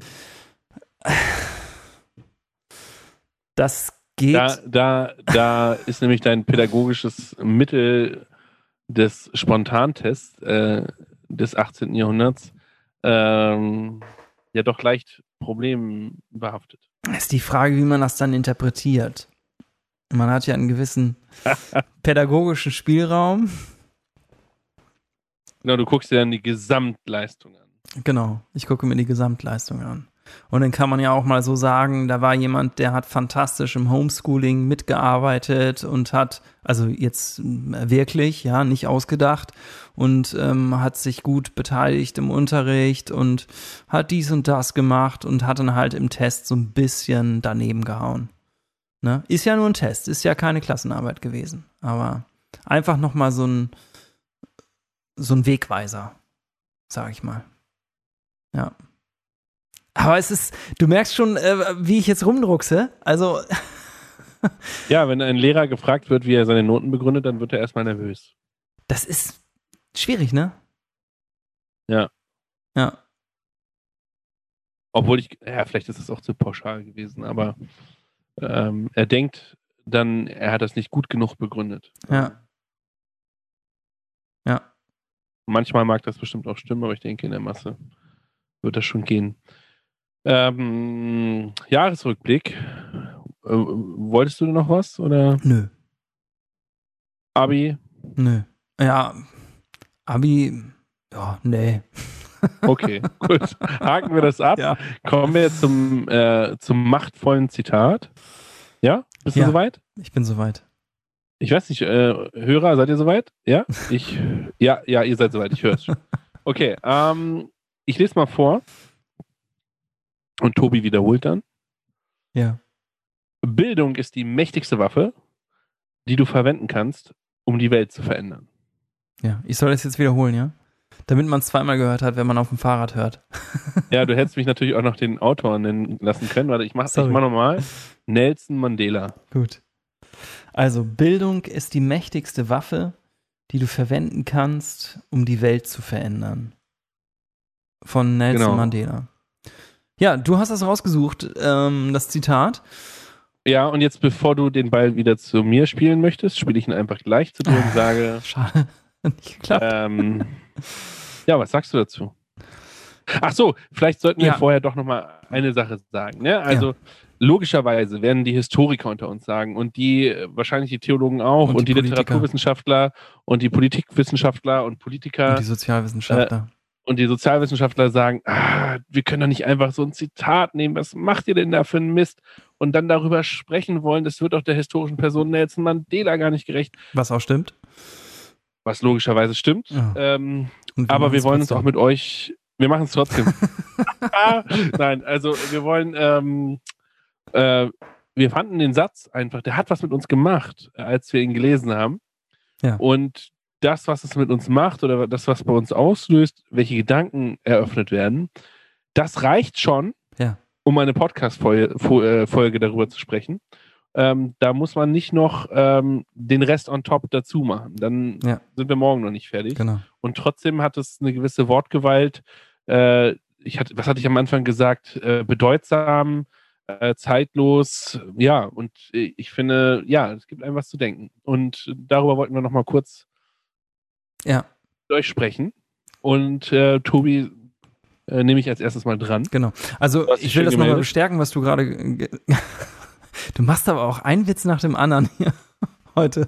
Das geht. Da, da, da ist nämlich dein pädagogisches Mittel des Spontantests äh, des achtzehnten. Jahrhunderts ähm, ja doch leicht problembehaftet. Das ist die Frage, wie man das dann interpretiert. Man hat ja einen gewissen pädagogischen Spielraum. Genau, du guckst dir dann die Gesamtleistung an. Genau, ich gucke mir die Gesamtleistung an. Und dann kann man ja auch mal so sagen, da war jemand, der hat fantastisch im Homeschooling mitgearbeitet und hat, also jetzt wirklich, ja, nicht ausgedacht und ähm, hat sich gut beteiligt im Unterricht und hat dies und das gemacht und hat dann halt im Test so ein bisschen daneben gehauen. Ne? Ist ja nur ein Test, ist ja keine Klassenarbeit gewesen, aber einfach nochmal so ein so ein Wegweiser, sag ich mal. Ja. Aber es ist, du merkst schon, äh, wie ich jetzt rumdruckse. Also. Ja, wenn ein Lehrer gefragt wird, wie er seine Noten begründet, dann wird er erstmal nervös. Das ist schwierig, ne? Ja. Ja. Obwohl ich, ja, vielleicht ist es auch zu pauschal gewesen, aber ähm, er denkt dann, er hat das nicht gut genug begründet. Ja. Ja. Manchmal mag das bestimmt auch stimmen, aber ich denke, in der Masse wird das schon gehen. Ähm, Jahresrückblick. Äh, wolltest du noch was? Oder? Nö. Abi? Nö. Ja, Abi, ja, nee. Okay, gut. Haken wir das ab. Ja. Kommen wir zum, äh, zum machtvollen Zitat. Ja? Bist du Ja. soweit? Ich bin soweit. Ich weiß nicht, äh, Hörer, seid ihr soweit? Ja? Ich, ja, ja, ihr seid soweit, ich höre es schon. Okay, ähm, ich lese mal vor und Tobi wiederholt dann. Ja. Bildung ist die mächtigste Waffe, die du verwenden kannst, um die Welt zu verändern. Ja, ich soll das jetzt wiederholen, ja? Damit man es zweimal gehört hat, wenn man auf dem Fahrrad hört. Ja, du hättest mich natürlich auch noch den Autor nennen lassen können. Warte, ich mach, ich mach nochmal. Nelson Mandela. Gut. Also, Bildung ist die mächtigste Waffe, die du verwenden kannst, um die Welt zu verändern. Von Nelson Genau. Mandela. Ja, du hast das rausgesucht, ähm, das Zitat. Ja, und jetzt, bevor du den Ball wieder zu mir spielen möchtest, spiele ich ihn einfach gleich zu dir und sage... Schade, nicht geklappt. Ähm, ja, was sagst du dazu? Ach so, vielleicht sollten wir Ja. vorher doch nochmal eine Sache sagen. Ne? Also Ja. logischerweise werden die Historiker unter uns sagen und die, äh, wahrscheinlich die Theologen auch und, Und die, die die Politiker. Literaturwissenschaftler und die Politikwissenschaftler und Politiker Und die Sozialwissenschaftler. äh, und die Sozialwissenschaftler sagen, ah, wir können doch nicht einfach so ein Zitat nehmen, was macht ihr denn da für einen Mist? Und dann darüber sprechen wollen, das wird doch der historischen Person Nelson Mandela gar nicht gerecht. Was auch stimmt. Was logischerweise stimmt. Ja. Ähm, Und aber wir machen's wollen uns trotzdem. auch mit euch, wir machen es trotzdem. Nein, also wir wollen, ähm, äh, wir fanden den Satz einfach, der hat was mit uns gemacht, als wir ihn gelesen haben. Ja. Und das, was es mit uns macht oder das, was bei uns auslöst, welche Gedanken eröffnet werden, das reicht schon, Ja. um eine Podcast-Folge Folge darüber zu sprechen. Ähm, da muss man nicht noch ähm, den Rest on top dazu machen. Dann Ja. sind wir morgen noch nicht fertig. Genau. Und trotzdem hat es eine gewisse Wortgewalt. Äh, ich hatte, was hatte ich am Anfang gesagt? Äh, bedeutsam, äh, zeitlos. Ja, und ich finde, ja, es gibt einem was zu denken. Und darüber wollten wir noch mal kurz Ja. durchsprechen. Und äh, Tobi äh, nehme ich als erstes mal dran. Genau. Also Du hast dich ich will schön das nochmal gemeldet. bestärken, was du gerade... ge- Du machst aber auch einen Witz nach dem anderen hier heute.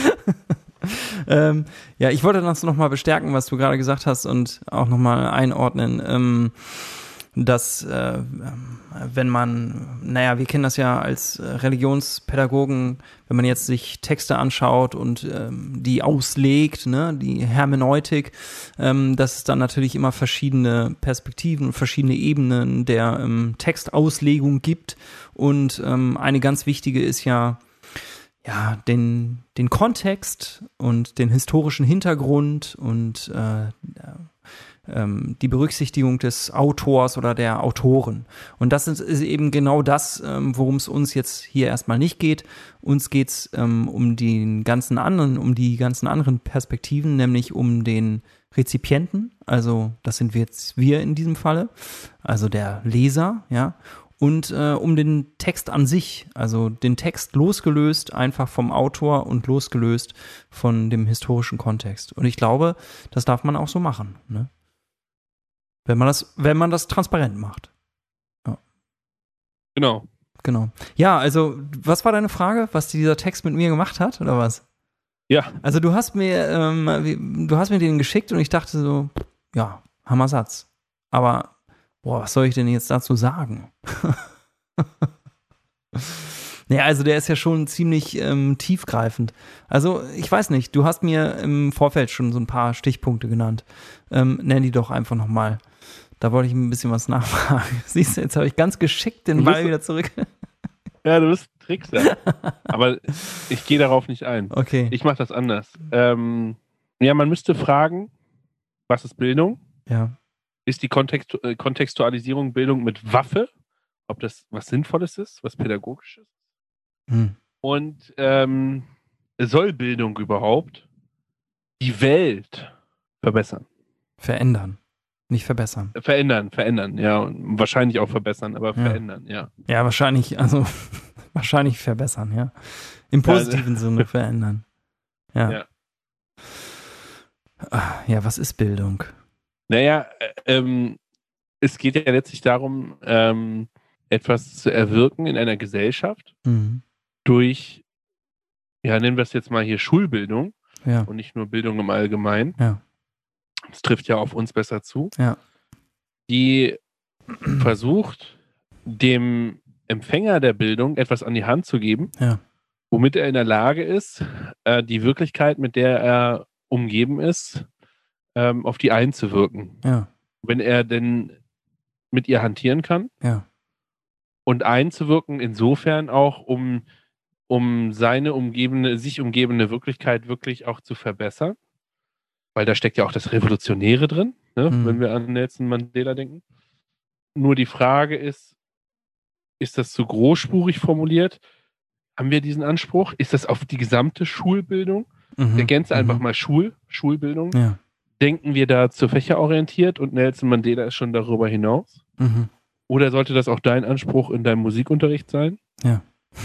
ähm, ja, ich wollte das nochmal bestärken, was du gerade gesagt hast und auch nochmal einordnen, ähm, dass äh, wenn man, naja, wir kennen das ja als Religionspädagogen, wenn man jetzt sich Texte anschaut und ähm, die auslegt, ne, die Hermeneutik, ähm, dass es dann natürlich immer verschiedene Perspektiven und verschiedene Ebenen der ähm, Textauslegung gibt. Und ähm, eine ganz wichtige ist ja, ja, den, den Kontext und den historischen Hintergrund und äh, ähm, die Berücksichtigung des Autors oder der Autoren. Und das ist, ist eben genau das, ähm, worum es uns jetzt hier erstmal nicht geht. Uns geht es ähm, um den ganzen anderen, um die ganzen anderen Perspektiven, nämlich um den Rezipienten, also das sind wir jetzt wir in diesem Falle, also der Leser, ja, und äh, um den Text an sich, also den Text losgelöst einfach vom Autor und losgelöst von dem historischen Kontext. Und ich glaube, das darf man auch so machen, ne? Wenn man das, wenn man das transparent macht. Ja. Genau. Genau. Ja, also, was war deine Frage, was dieser Text mit mir gemacht hat, oder was? Ja. Also, du hast mir, ähm, du hast mir den geschickt und ich dachte so, ja, Hammersatz. Aber, boah, was soll ich denn jetzt dazu sagen? Naja, also der ist ja schon ziemlich ähm, tiefgreifend. Also, ich weiß nicht, du hast mir im Vorfeld schon so ein paar Stichpunkte genannt. Ähm, nenn die doch einfach nochmal. Da wollte ich ein bisschen was nachfragen. Siehst du, jetzt habe ich ganz geschickt den Du Ball bist- wieder zurück. Ja, du bist ein Trickser. Aber ich gehe darauf nicht ein. Okay, Ich mache das anders. Ähm, ja, man müsste fragen, was ist Bildung? ja. Ist die Kontext äh, Kontextualisierung Bildung mit Waffe? Ob das was Sinnvolles ist, was Pädagogisches? Hm. Und ähm, soll Bildung überhaupt die Welt verbessern? Verändern, nicht verbessern. Äh, Verändern, verändern, ja. Und wahrscheinlich auch verbessern, aber Ja. verändern, ja. Ja, wahrscheinlich, also wahrscheinlich verbessern, ja. Im positiven Ja, Sinne verändern. Ja. Ja. Ah, ja, was ist Bildung? Naja, äh, ähm, es geht ja letztlich darum, ähm, etwas zu erwirken in einer Gesellschaft Mhm. durch, ja, nennen wir es jetzt mal hier Schulbildung Ja, und nicht nur Bildung im Allgemeinen. ja, Das trifft ja auf uns besser zu. ja. Die versucht, dem Empfänger der Bildung etwas an die Hand zu geben, Ja. womit er in der Lage ist, äh, die Wirklichkeit, mit der er umgeben ist, ähm, auf die einzuwirken. Ja. Wenn er denn mit ihr hantieren kann. Ja. Und einzuwirken insofern auch, um, um seine umgebende, sich umgebende Wirklichkeit wirklich auch zu verbessern. Weil da steckt ja auch das Revolutionäre drin, ne? Mhm. Wenn wir an Nelson Mandela denken. Nur die Frage ist, ist das zu großspurig formuliert? Haben wir diesen Anspruch? Ist das auf die gesamte Schulbildung? Mhm. Ich ergänze Mhm. einfach mal Schul, Schulbildung. Ja. Denken wir da zu fächerorientiert und Nelson Mandela ist schon darüber hinaus? Mhm. Oder sollte das auch dein Anspruch in deinem Musikunterricht sein? Ja.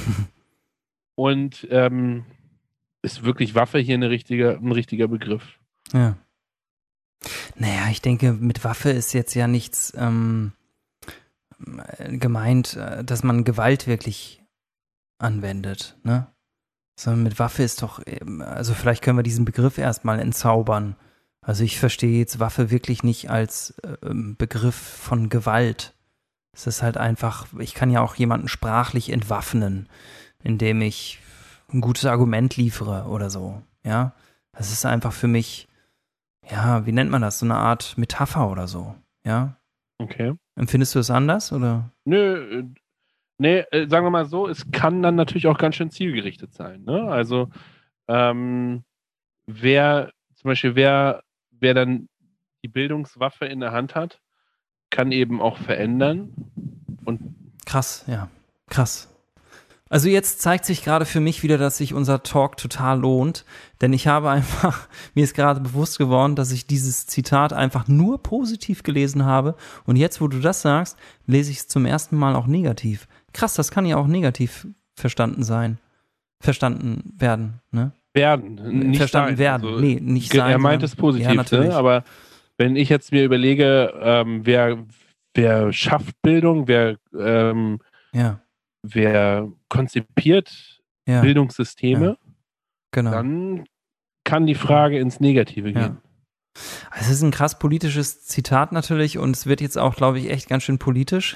Und ähm, ist wirklich Waffe hier eine richtige, ein richtiger Begriff? Ja. Naja, ich denke, mit Waffe ist jetzt ja nichts ähm, gemeint, äh, dass man Gewalt wirklich anwendet, ne? Sondern mit Waffe ist doch, ähm, also vielleicht können wir diesen Begriff erstmal entzaubern. Also ich verstehe jetzt Waffe wirklich nicht als ähm, Begriff von Gewalt. Es ist halt einfach, ich kann ja auch jemanden sprachlich entwaffnen, indem ich ein gutes Argument liefere oder so, ja. Das ist einfach für mich, ja, wie nennt man das? So eine Art Metapher oder so, ja. Okay. Empfindest du es anders, oder? Nö, äh, nee, äh, sagen wir mal so, es kann dann natürlich auch ganz schön zielgerichtet sein, ne? Also, ähm, wer, zum Beispiel, wer, wer dann die Bildungswaffe in der Hand hat, kann eben auch verändern. Und Krass, ja, krass. Also jetzt zeigt sich gerade für mich wieder, dass sich unser Talk total lohnt, denn ich habe einfach, mir ist gerade bewusst geworden, dass ich dieses Zitat einfach nur positiv gelesen habe und jetzt, wo du das sagst, lese ich es zum ersten Mal auch negativ. Krass, das kann ja auch negativ verstanden sein, verstanden werden, ne? werden, nicht verstanden sein. werden, Also, nee, nicht ge- sein. er meint sondern- es positiv, ja, natürlich. ne? Aber wenn ich jetzt mir überlege, ähm, wer, wer schafft Bildung, wer, ähm, Ja, wer konzipiert ja, Bildungssysteme, ja. Genau. dann kann die Frage ins Negative Ja. gehen. Es ist ein krass politisches Zitat natürlich und es wird jetzt auch, glaube ich, echt ganz schön politisch.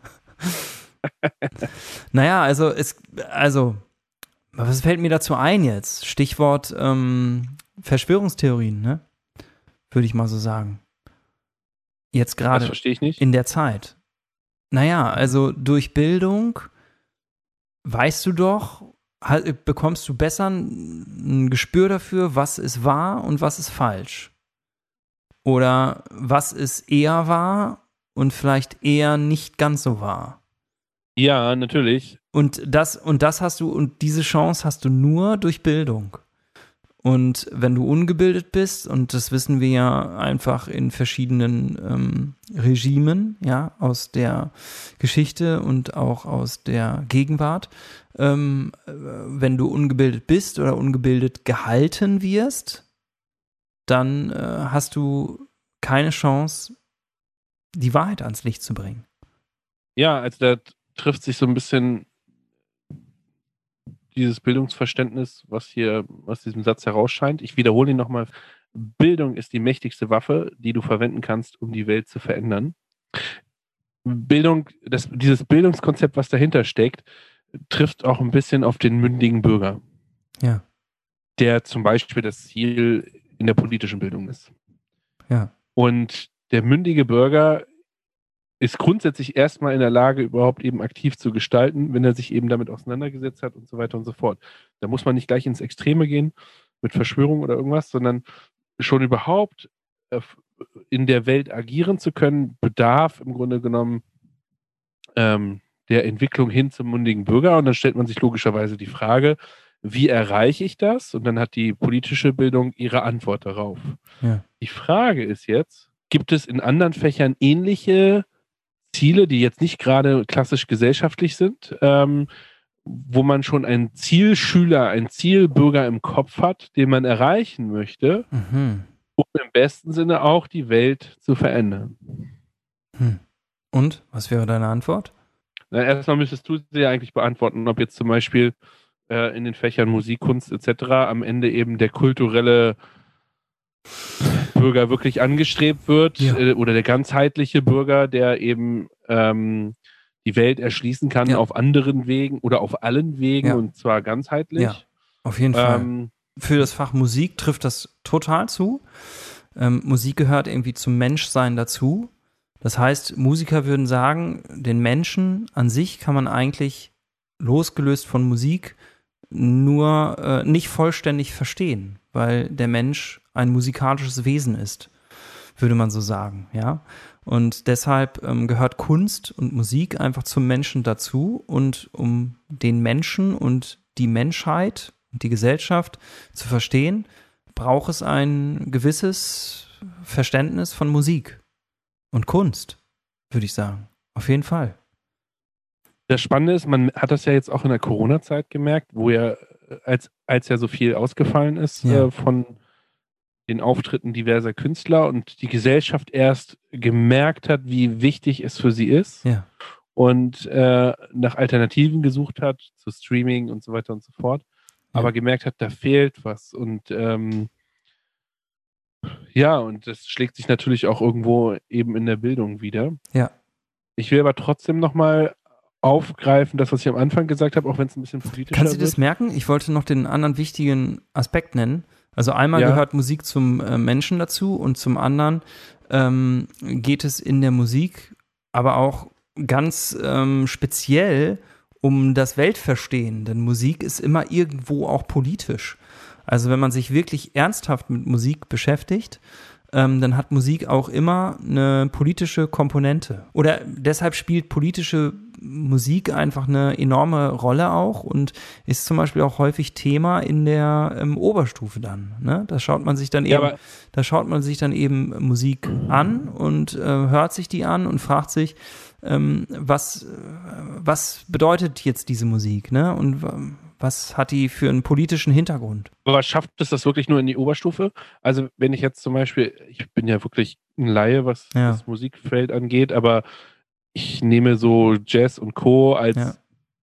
Naja, also es, also, was fällt mir dazu ein jetzt? Stichwort ähm, Verschwörungstheorien, ne? Würde ich mal so sagen. Jetzt Das gerade verstehe ich nicht. in der Zeit. Naja, also durch Bildung weißt du doch, halt, bekommst du besser ein, ein Gespür dafür, was ist wahr und was ist falsch. Oder was ist eher wahr und vielleicht eher nicht ganz so wahr. Ja, natürlich. Und das, und das hast du, und diese Chance hast du nur durch Bildung. Und wenn du ungebildet bist, und das wissen wir ja einfach in verschiedenen ähm, Regimen, ja, aus der Geschichte und auch aus der Gegenwart, ähm, wenn du ungebildet bist oder ungebildet gehalten wirst, dann äh, hast du keine Chance, die Wahrheit ans Licht zu bringen. Ja, also da trifft sich so ein bisschen dieses Bildungsverständnis, was hier aus diesem Satz herausscheint. Ich wiederhole ihn nochmal. Bildung ist die mächtigste Waffe, die du verwenden kannst, um die Welt zu verändern. Bildung, das, dieses Bildungskonzept, was dahinter steckt, trifft auch ein bisschen auf den mündigen Bürger. Ja. Der zum Beispiel das Ziel in der politischen Bildung ist. Ja. Und der mündige Bürger ist grundsätzlich erstmal in der Lage, überhaupt eben aktiv zu gestalten, wenn er sich eben damit auseinandergesetzt hat und so weiter und so fort. Da muss man nicht gleich ins Extreme gehen mit Verschwörung oder irgendwas, sondern schon überhaupt in der Welt agieren zu können, bedarf im Grunde genommen ähm, der Entwicklung hin zum mündigen Bürger. Und dann stellt man sich logischerweise die Frage, wie erreiche ich das? Und dann hat die politische Bildung ihre Antwort darauf. Ja. Die Frage ist jetzt, gibt es in anderen Fächern ähnliche Ziele, die jetzt nicht gerade klassisch gesellschaftlich sind, ähm, wo man schon einen Zielschüler, einen Zielbürger im Kopf hat, den man erreichen möchte, Mhm. um im besten Sinne auch die Welt zu verändern. Hm. Und? Was wäre deine Antwort? Na, erstmal müsstest du sie ja eigentlich beantworten, ob jetzt zum Beispiel äh, in den Fächern Musik, Kunst et cetera am Ende eben der kulturelle Bürger wirklich angestrebt wird, Ja. äh, oder der ganzheitliche Bürger, der eben ähm, die Welt erschließen kann, Ja. auf anderen Wegen oder auf allen Wegen, Ja. und zwar ganzheitlich. Ja. Auf jeden Fall. Ähm, Für das Fach Musik trifft das total zu. ähm, Musik gehört irgendwie zum Menschsein dazu. Das heißt, Musiker würden sagen, den Menschen an sich kann man eigentlich losgelöst von Musik nur äh, nicht vollständig verstehen, weil der Mensch ein musikalisches Wesen ist, würde man so sagen, ja. Und deshalb ähm, gehört Kunst und Musik einfach zum Menschen dazu, und um den Menschen und die Menschheit und die Gesellschaft zu verstehen, braucht es ein gewisses Verständnis von Musik und Kunst, würde ich sagen. Auf jeden Fall. Das Spannende ist, man hat das ja jetzt auch in der Corona-Zeit gemerkt, wo ja, als, als ja so viel ausgefallen ist Ja. äh, von den Auftritten diverser Künstler und die Gesellschaft erst gemerkt hat, wie wichtig es für sie ist, Ja. und äh, nach Alternativen gesucht hat, zu Streaming und so weiter und so fort, Ja. aber gemerkt hat, da fehlt was, und ähm, ja, und das schlägt sich natürlich auch irgendwo eben in der Bildung wieder. Ja. Ich will aber trotzdem nochmal aufgreifen, das, was ich am Anfang gesagt habe, auch wenn es ein bisschen politischer Kannst du wird. das merken? Ich wollte noch den anderen wichtigen Aspekt nennen. Also einmal Ja. gehört Musik zum äh, Menschen dazu, und zum anderen ähm, geht es in der Musik aber auch ganz ähm, speziell um das Weltverstehen, denn Musik ist immer irgendwo auch politisch. Also wenn man sich wirklich ernsthaft mit Musik beschäftigt, ähm, dann hat Musik auch immer eine politische Komponente. Oder deshalb spielt politische Musik einfach eine enorme Rolle auch und ist zum Beispiel auch häufig Thema in der ähm, Oberstufe dann. Ne? Da schaut man sich dann Ja, eben, aber- da schaut man sich dann eben Musik an und äh, hört sich die an und fragt sich, ähm, was, äh, was bedeutet jetzt diese Musik, ne? Und w- was hat die für einen politischen Hintergrund? Aber schafft es das wirklich nur in die Oberstufe? Also wenn ich jetzt zum Beispiel, ich bin ja wirklich ein Laie, was Ja. das Musikfeld angeht, aber ich nehme so Jazz und Co. als Ja.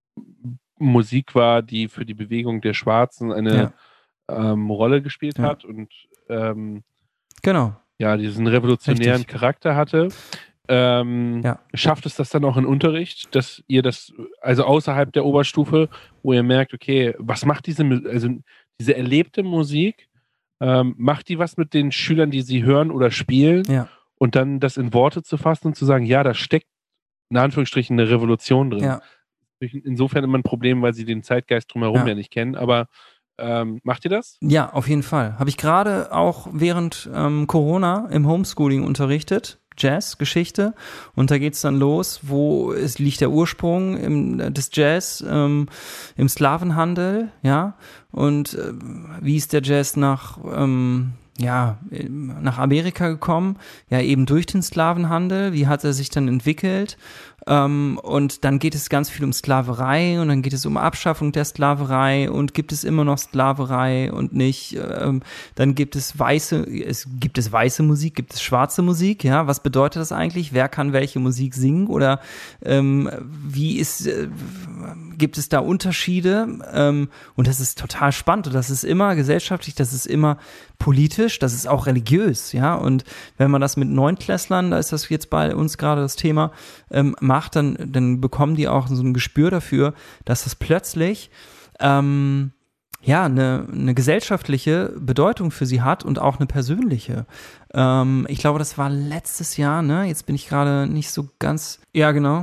Musik wahr, die für die Bewegung der Schwarzen eine Ja. ähm, Rolle gespielt Ja. hat und ähm, Genau. ja, diesen revolutionären Richtig. Charakter hatte. Ähm, Ja. Schafft es das dann auch in Unterricht, dass ihr das, also außerhalb der Oberstufe, wo ihr merkt, okay, was macht diese, Mu- also diese erlebte Musik, ähm, macht die was mit den Schülern, die sie hören oder spielen, Ja. und dann das in Worte zu fassen und zu sagen, ja, da steckt in Anführungsstrichen eine Revolution drin. Ja. Insofern immer ein Problem, weil sie den Zeitgeist drumherum Ja. ja, nicht kennen, aber ähm, macht ihr das? Ja, auf jeden Fall. Habe ich gerade auch während ähm, Corona im Homeschooling unterrichtet, Jazz, Geschichte, und da geht's dann los, wo es liegt der Ursprung im, des Jazz ähm, im Sklavenhandel, ja, und äh, wie ist der Jazz nach ähm, ja, nach Amerika gekommen, ja eben durch den Sklavenhandel, wie hat er sich dann entwickelt, ähm, und dann geht es ganz viel um Sklaverei und dann geht es um Abschaffung der Sklaverei und gibt es immer noch Sklaverei und nicht, ähm, dann gibt es weiße, es gibt es weiße Musik, gibt es schwarze Musik, ja, was bedeutet das eigentlich, wer kann welche Musik singen oder ähm, wie ist, äh, gibt es da Unterschiede, ähm, und das ist total spannend und das ist immer gesellschaftlich, das ist immer politisch, das ist auch religiös, ja, und wenn man das mit Neunklässlern, da ist das jetzt bei uns gerade das Thema, ähm, macht, dann, dann bekommen die auch so ein Gespür dafür, dass das plötzlich ähm, ja, eine, eine gesellschaftliche Bedeutung für sie hat und auch eine persönliche. Ähm, ich glaube, das war letztes Jahr, ne, jetzt bin ich gerade nicht so ganz, ja, genau.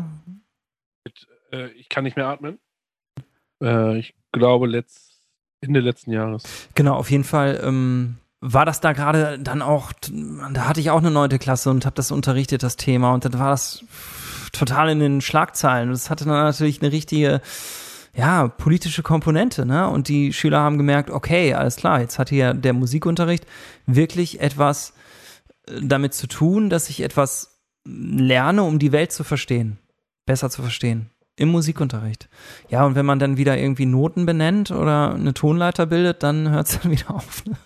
Äh, ich kann nicht mehr atmen. Äh, ich glaube, letzt, Ende letzten Jahres. Genau, auf jeden Fall ähm, war das da gerade dann auch, da hatte ich auch eine neunte Klasse und habe das unterrichtet, das Thema, und dann war das total in den Schlagzeilen. Das hatte dann natürlich eine richtige, ja, politische Komponente, ne? Und die Schüler haben gemerkt, okay, alles klar, jetzt hat hier der Musikunterricht wirklich etwas damit zu tun, dass ich etwas lerne, um die Welt zu verstehen, besser zu verstehen. Im Musikunterricht. Ja, und wenn man dann wieder irgendwie Noten benennt oder eine Tonleiter bildet, dann hört es dann wieder auf. Ne?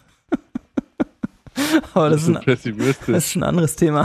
Aber das, so ist ein, pessimistisch. das ist ein anderes Thema.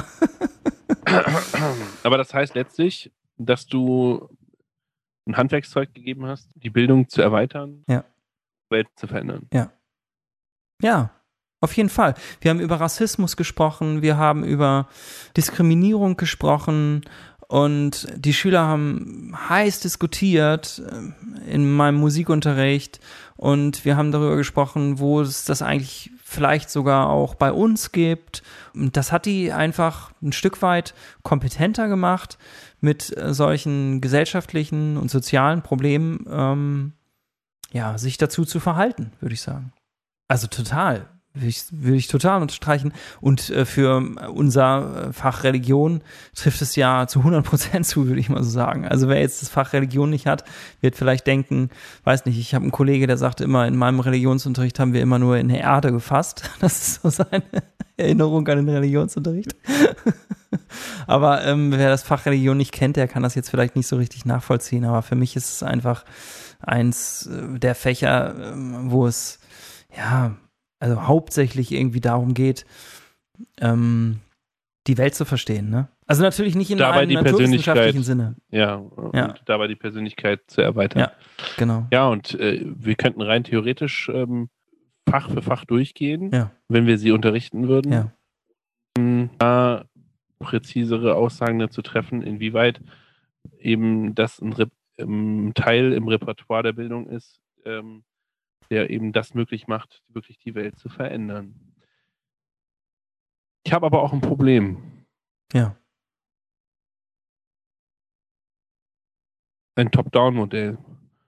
Aber das heißt letztlich, dass du ein Handwerkszeug gegeben hast, die Bildung zu erweitern, Ja. die Welt zu verändern. Ja, auf jeden Fall. Wir haben über Rassismus gesprochen, wir haben über Diskriminierung gesprochen und die Schüler haben heiß diskutiert in meinem Musikunterricht und wir haben darüber gesprochen, wo es das eigentlich vielleicht sogar auch bei uns gibt. Das hat die einfach ein Stück weit kompetenter gemacht, mit äh, solchen gesellschaftlichen und sozialen Problemen ähm, ja, sich dazu zu verhalten, würde ich sagen. Also total. Will ich, will ich total unterstreichen. Und äh, für unser Fach Religion trifft es ja zu hundert Prozent zu, würde ich mal so sagen. Also wer jetzt das Fach Religion nicht hat, wird vielleicht denken, weiß nicht, ich habe einen Kollege, der sagte immer, in meinem Religionsunterricht haben wir immer nur in der Erde gefasst. Das ist so seine Erinnerung an den Religionsunterricht. Aber ähm, wer das Fach Religion nicht kennt, der kann das jetzt vielleicht nicht so richtig nachvollziehen. Aber für mich ist es einfach eins der Fächer, wo es, ja, also hauptsächlich irgendwie darum geht, ähm, die Welt zu verstehen, ne? Also natürlich nicht in dabei einem die naturwissenschaftlichen Sinne. Ja, und ja, dabei die Persönlichkeit zu erweitern. Ja, genau. Ja, und äh, wir könnten rein theoretisch ähm, Fach für Fach durchgehen, ja. wenn wir sie unterrichten würden. Ja. Um da präzisere Aussagen dazu treffen, inwieweit eben das ein Rep- ähm, Teil im Repertoire der Bildung ist, ähm, der eben das möglich macht, wirklich die Welt zu verändern. Ich habe aber auch ein Problem. Ja. Ein Top-Down-Modell.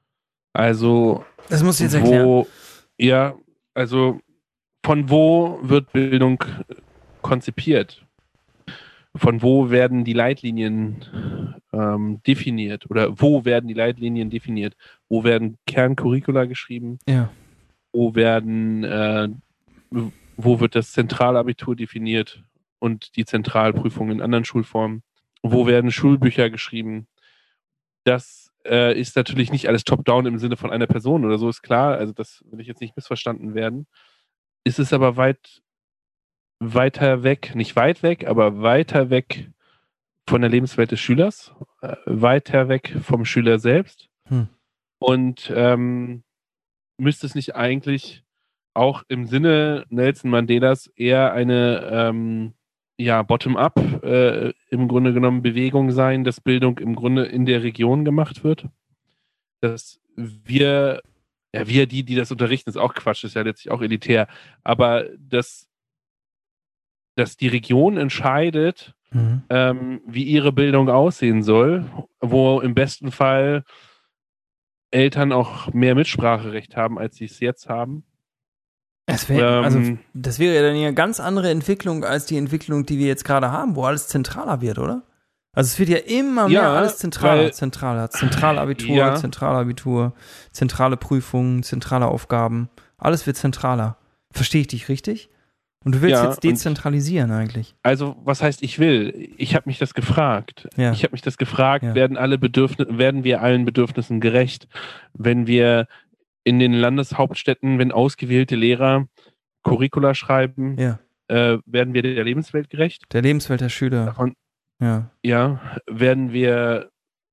Also das muss ich jetzt wo, erklären. Ja, also von wo wird Bildung konzipiert? Von wo werden die Leitlinien ähm, definiert? Oder wo werden die Leitlinien definiert? Wo werden Kerncurricula geschrieben? Ja. Wo werden, äh, wo wird das Zentralabitur definiert und die Zentralprüfung in anderen Schulformen? Wo werden Schulbücher geschrieben? Das äh, ist natürlich nicht alles top-down im Sinne von einer Person oder so, ist klar. Also das will ich jetzt nicht missverstanden werden. Ist es aber weit weiter weg, nicht weit weg, aber weiter weg von der Lebenswelt des Schülers, äh, weiter weg vom Schüler selbst. Hm. Und ähm, müsste es nicht eigentlich auch im Sinne Nelson Mandelas eher eine ähm, ja, Bottom-up äh, im Grunde genommen Bewegung sein, dass Bildung im Grunde in der Region gemacht wird? Dass wir, ja, wir, die, die das unterrichten, ist auch Quatsch, ist ja letztlich auch elitär, aber dass dass die Region entscheidet, mhm. ähm, wie ihre Bildung aussehen soll, wo im besten Fall Eltern auch mehr Mitspracherecht haben, als sie es jetzt haben. Es wär, ähm, also das wäre ja dann eine ganz andere Entwicklung als die Entwicklung, die wir jetzt gerade haben, wo alles zentraler wird, oder? Also es wird ja immer mehr ja, alles zentraler, weil, zentraler, Zentralabitur, ja. Zentralabitur, zentrale Prüfungen, zentrale Aufgaben, alles wird zentraler. Verstehe ich dich richtig? Und du willst ja, jetzt dezentralisieren eigentlich. Also, was heißt ich will? Ich habe mich das gefragt. Ja. Ich habe mich das gefragt, ja. werden alle Bedürfnisse, werden wir allen Bedürfnissen gerecht, wenn wir in den Landeshauptstädten, wenn ausgewählte Lehrer Curricula schreiben, ja. äh, werden wir der Lebenswelt gerecht? Der Lebenswelt der Schüler. Davon, ja. ja, werden wir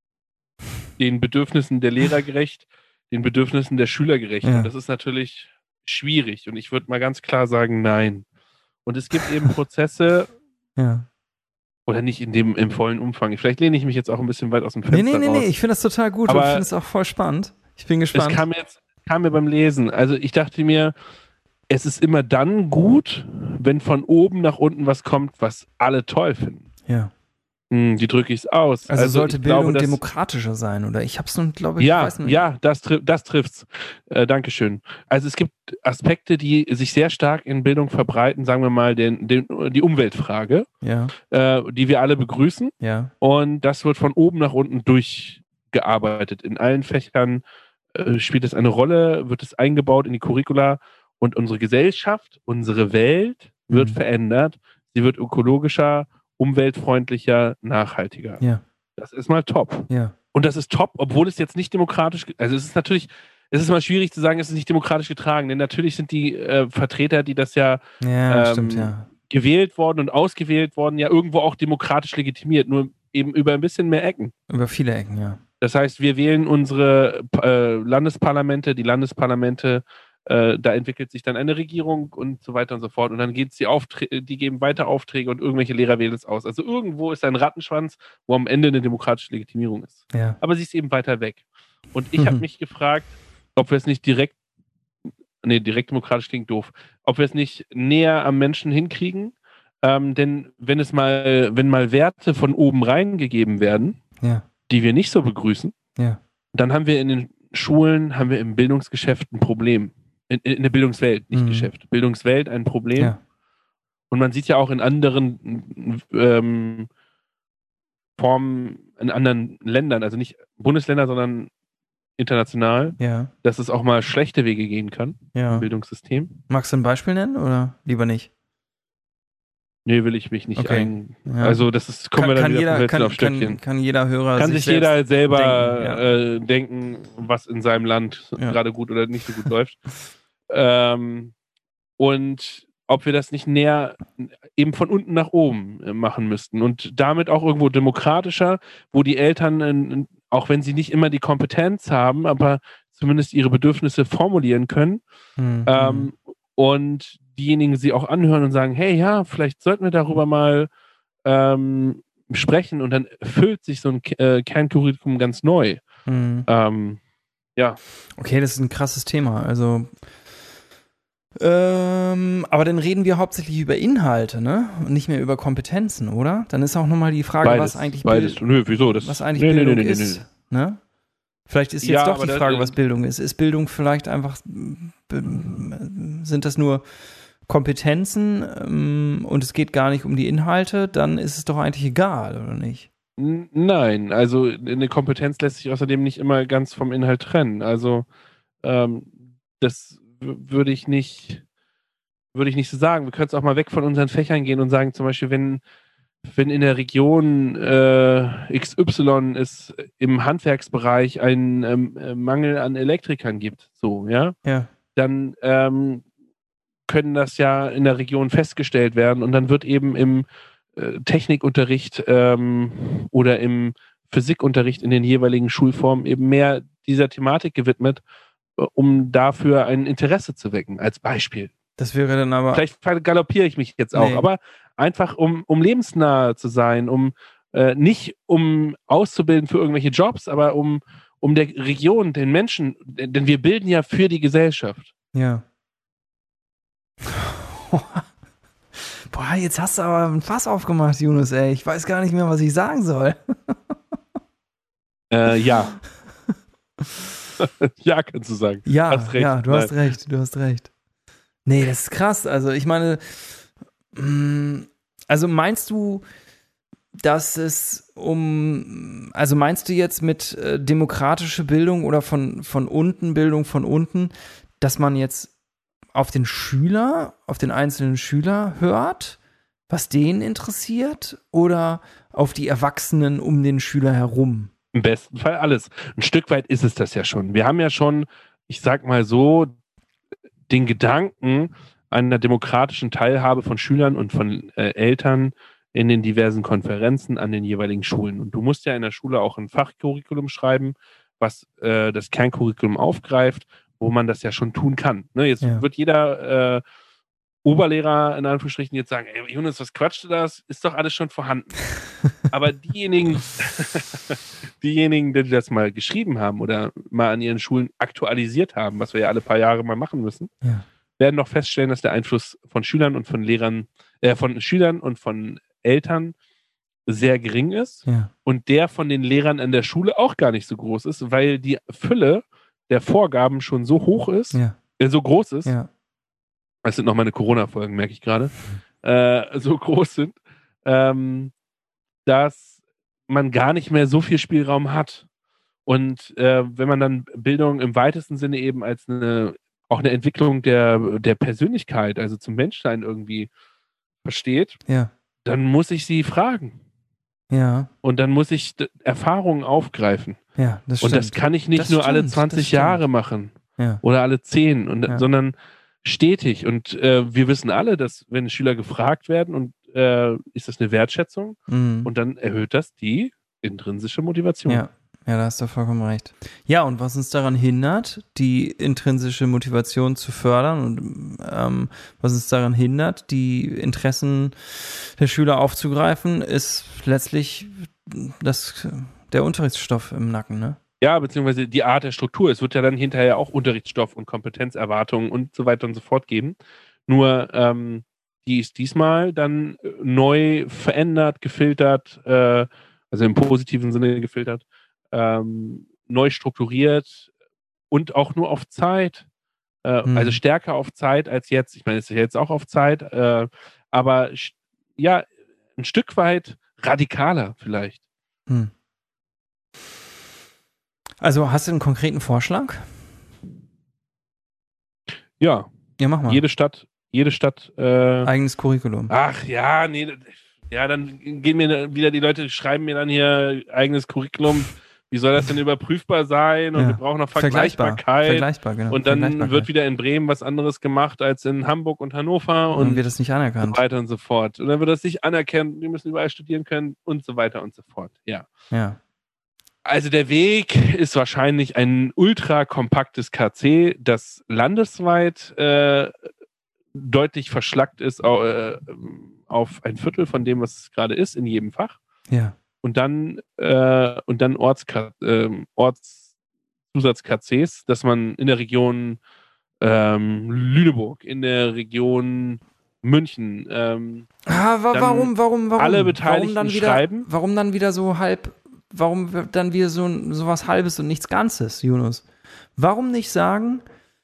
den Bedürfnissen der Lehrer gerecht, den Bedürfnissen der Schüler gerecht? Ja. Und das ist natürlich schwierig. Und ich würde mal ganz klar sagen, nein. Und es gibt eben Prozesse, ja. oder nicht in dem im vollen Umfang. Vielleicht lehne ich mich jetzt auch ein bisschen weit aus dem Fenster Nee, nee, nee, raus. nee, ich finde das total gut aber und ich finde es auch voll spannend. Ich bin gespannt. Es kam jetzt kam mir beim Lesen. Also ich dachte mir, es ist immer dann gut, wenn von oben nach unten was kommt, was alle toll finden. Ja. Hm, wie drücke ich es aus? Also, also sollte Bildung glaube, dass, demokratischer sein, oder? Ich hab's nun, glaube ich, ja, weiß nicht. Ja, das, tri- das trifft's. Äh, Dankeschön. Also es gibt Aspekte, die sich sehr stark in Bildung verbreiten, sagen wir mal den, den, die Umweltfrage, ja. äh, die wir alle begrüßen. Ja. Und das wird von oben nach unten durchgearbeitet. In allen Fächern äh, spielt es eine Rolle, wird es eingebaut in die Curricula und unsere Gesellschaft, unsere Welt wird mhm. verändert. Sie wird ökologischer, umweltfreundlicher, nachhaltiger. Ja. Das ist mal top. Ja. Und das ist top, obwohl es jetzt nicht demokratisch, also es ist natürlich, es ist mal schwierig zu sagen, es ist nicht demokratisch getragen, denn natürlich sind die äh, Vertreter, die das ja, ja, ähm, stimmt, ja gewählt worden und ausgewählt worden, ja irgendwo auch demokratisch legitimiert, nur eben über ein bisschen mehr Ecken. Über viele Ecken, ja. Das heißt, wir wählen unsere äh, Landesparlamente, die Landesparlamente, äh, da entwickelt sich dann eine Regierung und so weiter und so fort. Und dann geht's die Aufträge, die geben weiter Aufträge und irgendwelche Lehrer wählen es aus. Also irgendwo ist ein Rattenschwanz, wo am Ende eine demokratische Legitimierung ist. Ja. Aber sie ist eben weiter weg. Und ich habe mich gefragt, ob wir es nicht direkt nee, direktdemokratisch klingt doof, ob wir es nicht näher am Menschen hinkriegen, ähm, denn wenn es mal, wenn mal Werte von oben reingegeben werden, ja. die wir nicht so begrüßen, ja. dann haben wir in den Schulen, haben wir im Bildungsgeschäft ein Problem. In, in der Bildungswelt, nicht mhm. Geschäft. Bildungswelt ein Problem. Ja. Und man sieht ja auch in anderen ähm, Formen, in anderen Ländern, also nicht Bundesländer, sondern international, ja. dass es auch mal schlechte Wege gehen kann ja. im Bildungssystem. Magst du ein Beispiel nennen oder lieber nicht? Nee, will ich mich nicht okay. ein... Ja. Also das ist, kommen kann, wir dann kann wieder jeder, vom Hölzchen kann, auf Stöckchen. Kann, kann jeder Hörer Kann sich, sich jeder selber denken, ja. äh, denken, was in seinem Land ja. gerade gut oder nicht so gut läuft. Ähm, und ob wir das nicht näher eben von unten nach oben äh, machen müssten und damit auch irgendwo demokratischer, wo die Eltern, äh, auch wenn sie nicht immer die Kompetenz haben, aber zumindest ihre Bedürfnisse formulieren können mhm. ähm, und diejenigen sie auch anhören und sagen, hey, ja, vielleicht sollten wir darüber mal ähm, sprechen und dann füllt sich so ein äh, Kerncurriculum ganz neu. Mhm. Ähm, ja. Okay, das ist ein krasses Thema. Also ähm, aber dann reden wir hauptsächlich über Inhalte, ne? Und nicht mehr über Kompetenzen, oder? Dann ist auch nochmal die Frage, beides, was eigentlich beides. Bild- Nö, wieso? Das, was eigentlich nee, Bildung nee, nee, ist. nee, nee. Ne? Vielleicht ist jetzt Ja, doch aber die da- Frage, äh, was Bildung ist. Ist Bildung vielleicht einfach, sind das nur Kompetenzen ähm, und es geht gar nicht um die Inhalte, dann ist es doch eigentlich egal, oder nicht? N- Nein, also eine Kompetenz lässt sich außerdem nicht immer ganz vom Inhalt trennen. Also ähm, das w- würde ich nicht, würde ich nicht so sagen. Wir können es auch mal weg von unseren Fächern gehen und sagen, zum Beispiel, wenn, wenn in der Region äh, X Y es im Handwerksbereich einen ähm, äh, Mangel an Elektrikern gibt, so, ja, Ja. dann ähm, können das ja in der Region festgestellt werden und dann wird eben im äh, Technikunterricht ähm, oder im Physikunterricht in den jeweiligen Schulformen eben mehr dieser Thematik gewidmet, äh, um dafür ein Interesse zu wecken, als Beispiel. Das wäre dann aber. Vielleicht galoppiere ich mich jetzt auch, Nee. aber einfach um, um lebensnah zu sein, um äh, nicht um auszubilden für irgendwelche Jobs, aber um, um der Region, den Menschen, denn wir bilden ja für die Gesellschaft. Ja. Boah, jetzt hast du aber ein Fass aufgemacht, Yunus, ey. Ich weiß gar nicht mehr, was ich sagen soll. Äh, ja. Ja, kannst du sagen. Ja, hast recht. ja, du Nein. hast recht, du hast recht. Nee, das ist krass. Also ich meine, mh, also meinst du, dass es um, also meinst du jetzt mit äh, demokratische Bildung oder von, von unten, Bildung von unten, dass man jetzt auf den Schüler, auf den einzelnen Schüler hört, was den interessiert, oder auf die Erwachsenen um den Schüler herum? Im besten Fall alles. Ein Stück weit ist es das ja schon. Wir haben ja schon, ich sag mal so, den Gedanken einer demokratischen Teilhabe von Schülern und von äh, Eltern in den diversen Konferenzen an den jeweiligen Schulen. Und du musst ja in der Schule auch ein Fachcurriculum schreiben, was äh, das Kerncurriculum aufgreift, wo man das ja schon tun kann. Ne, jetzt Ja. wird jeder äh, Oberlehrer in Anführungsstrichen jetzt sagen, ey, Jonas, was quatscht du das? Ist doch alles schon vorhanden. Aber diejenigen, diejenigen, die das mal geschrieben haben oder mal an ihren Schulen aktualisiert haben, was wir ja alle paar Jahre mal machen müssen, Ja. werden noch feststellen, dass der Einfluss von Schülern und von Lehrern, äh, von Schülern und von Eltern sehr gering ist Ja. und der von den Lehrern an der Schule auch gar nicht so groß ist, weil die Fülle der Vorgaben schon so hoch ist, Ja. äh, so groß ist. Ja. Das sind noch meine Corona-Folgen, merke ich gerade. Äh, so groß sind, ähm, dass man gar nicht mehr so viel Spielraum hat. Und äh, wenn man dann Bildung im weitesten Sinne eben als eine, auch eine Entwicklung der, der Persönlichkeit, also zum Menschsein irgendwie versteht, Ja. dann muss ich sie fragen. Ja. Und dann muss ich d- Erfahrungen aufgreifen. Ja, das Und stimmt. das kann ich nicht Das nur alle stimmt, zwanzig das stimmt. Jahre machen Ja. oder alle zehn, und, Ja. sondern stetig. Und äh, wir wissen alle, dass wenn Schüler gefragt werden, und äh, ist das eine Wertschätzung, Mhm. und dann erhöht das die intrinsische Motivation. Ja. Ja, da hast du vollkommen recht. Ja, und was uns daran hindert, die intrinsische Motivation zu fördern und ähm, was uns daran hindert, die Interessen der Schüler aufzugreifen, ist letztlich das, der Unterrichtsstoff im Nacken, ne? Ja, beziehungsweise die Art der Struktur. Es wird ja dann hinterher auch Unterrichtsstoff und Kompetenzerwartungen und so weiter und so fort geben. Nur ähm, die ist diesmal dann neu verändert, gefiltert, äh, also im positiven Sinne gefiltert, ähm, neu strukturiert und auch nur auf Zeit. Äh, Hm. Also stärker auf Zeit als jetzt. Ich meine, es ist jetzt auch auf Zeit, äh, aber ja, ein Stück weit radikaler vielleicht. Hm. Also hast du einen konkreten Vorschlag? Ja. Ja, mach mal. Jede Stadt, jede Stadt. Äh, Eigenes Curriculum. Ach ja, nee. Ja, dann gehen mir wieder die Leute, schreiben mir dann hier eigenes Curriculum. Wie soll das denn überprüfbar sein? Und Ja. wir brauchen noch Vergleichbarkeit. Vergleichbar, Vergleichbar genau. Und dann Vergleichbarkeit. wird wieder in Bremen was anderes gemacht als in Hamburg und Hannover. Und Und dann wird das nicht anerkannt. so weiter und so fort. Und dann wird das nicht anerkannt. Die müssen überall studieren können und so weiter und so fort. Ja. Ja. Also der Weg ist wahrscheinlich ein ultra kompaktes K C, das landesweit äh, deutlich verschlackt ist äh, auf ein Viertel von dem, was es gerade ist, in jedem Fach. Ja. Und dann, äh, und dann Orts, äh, Ortszusatz-K Cs, dass man in der Region ähm, Lüneburg, in der Region München ähm, ah, wa- warum, warum, warum? alle Beteiligten warum dann wieder, schreiben. Warum dann wieder so halb, warum dann wieder so, so was Halbes und nichts Ganzes, Yunus? Warum nicht sagen,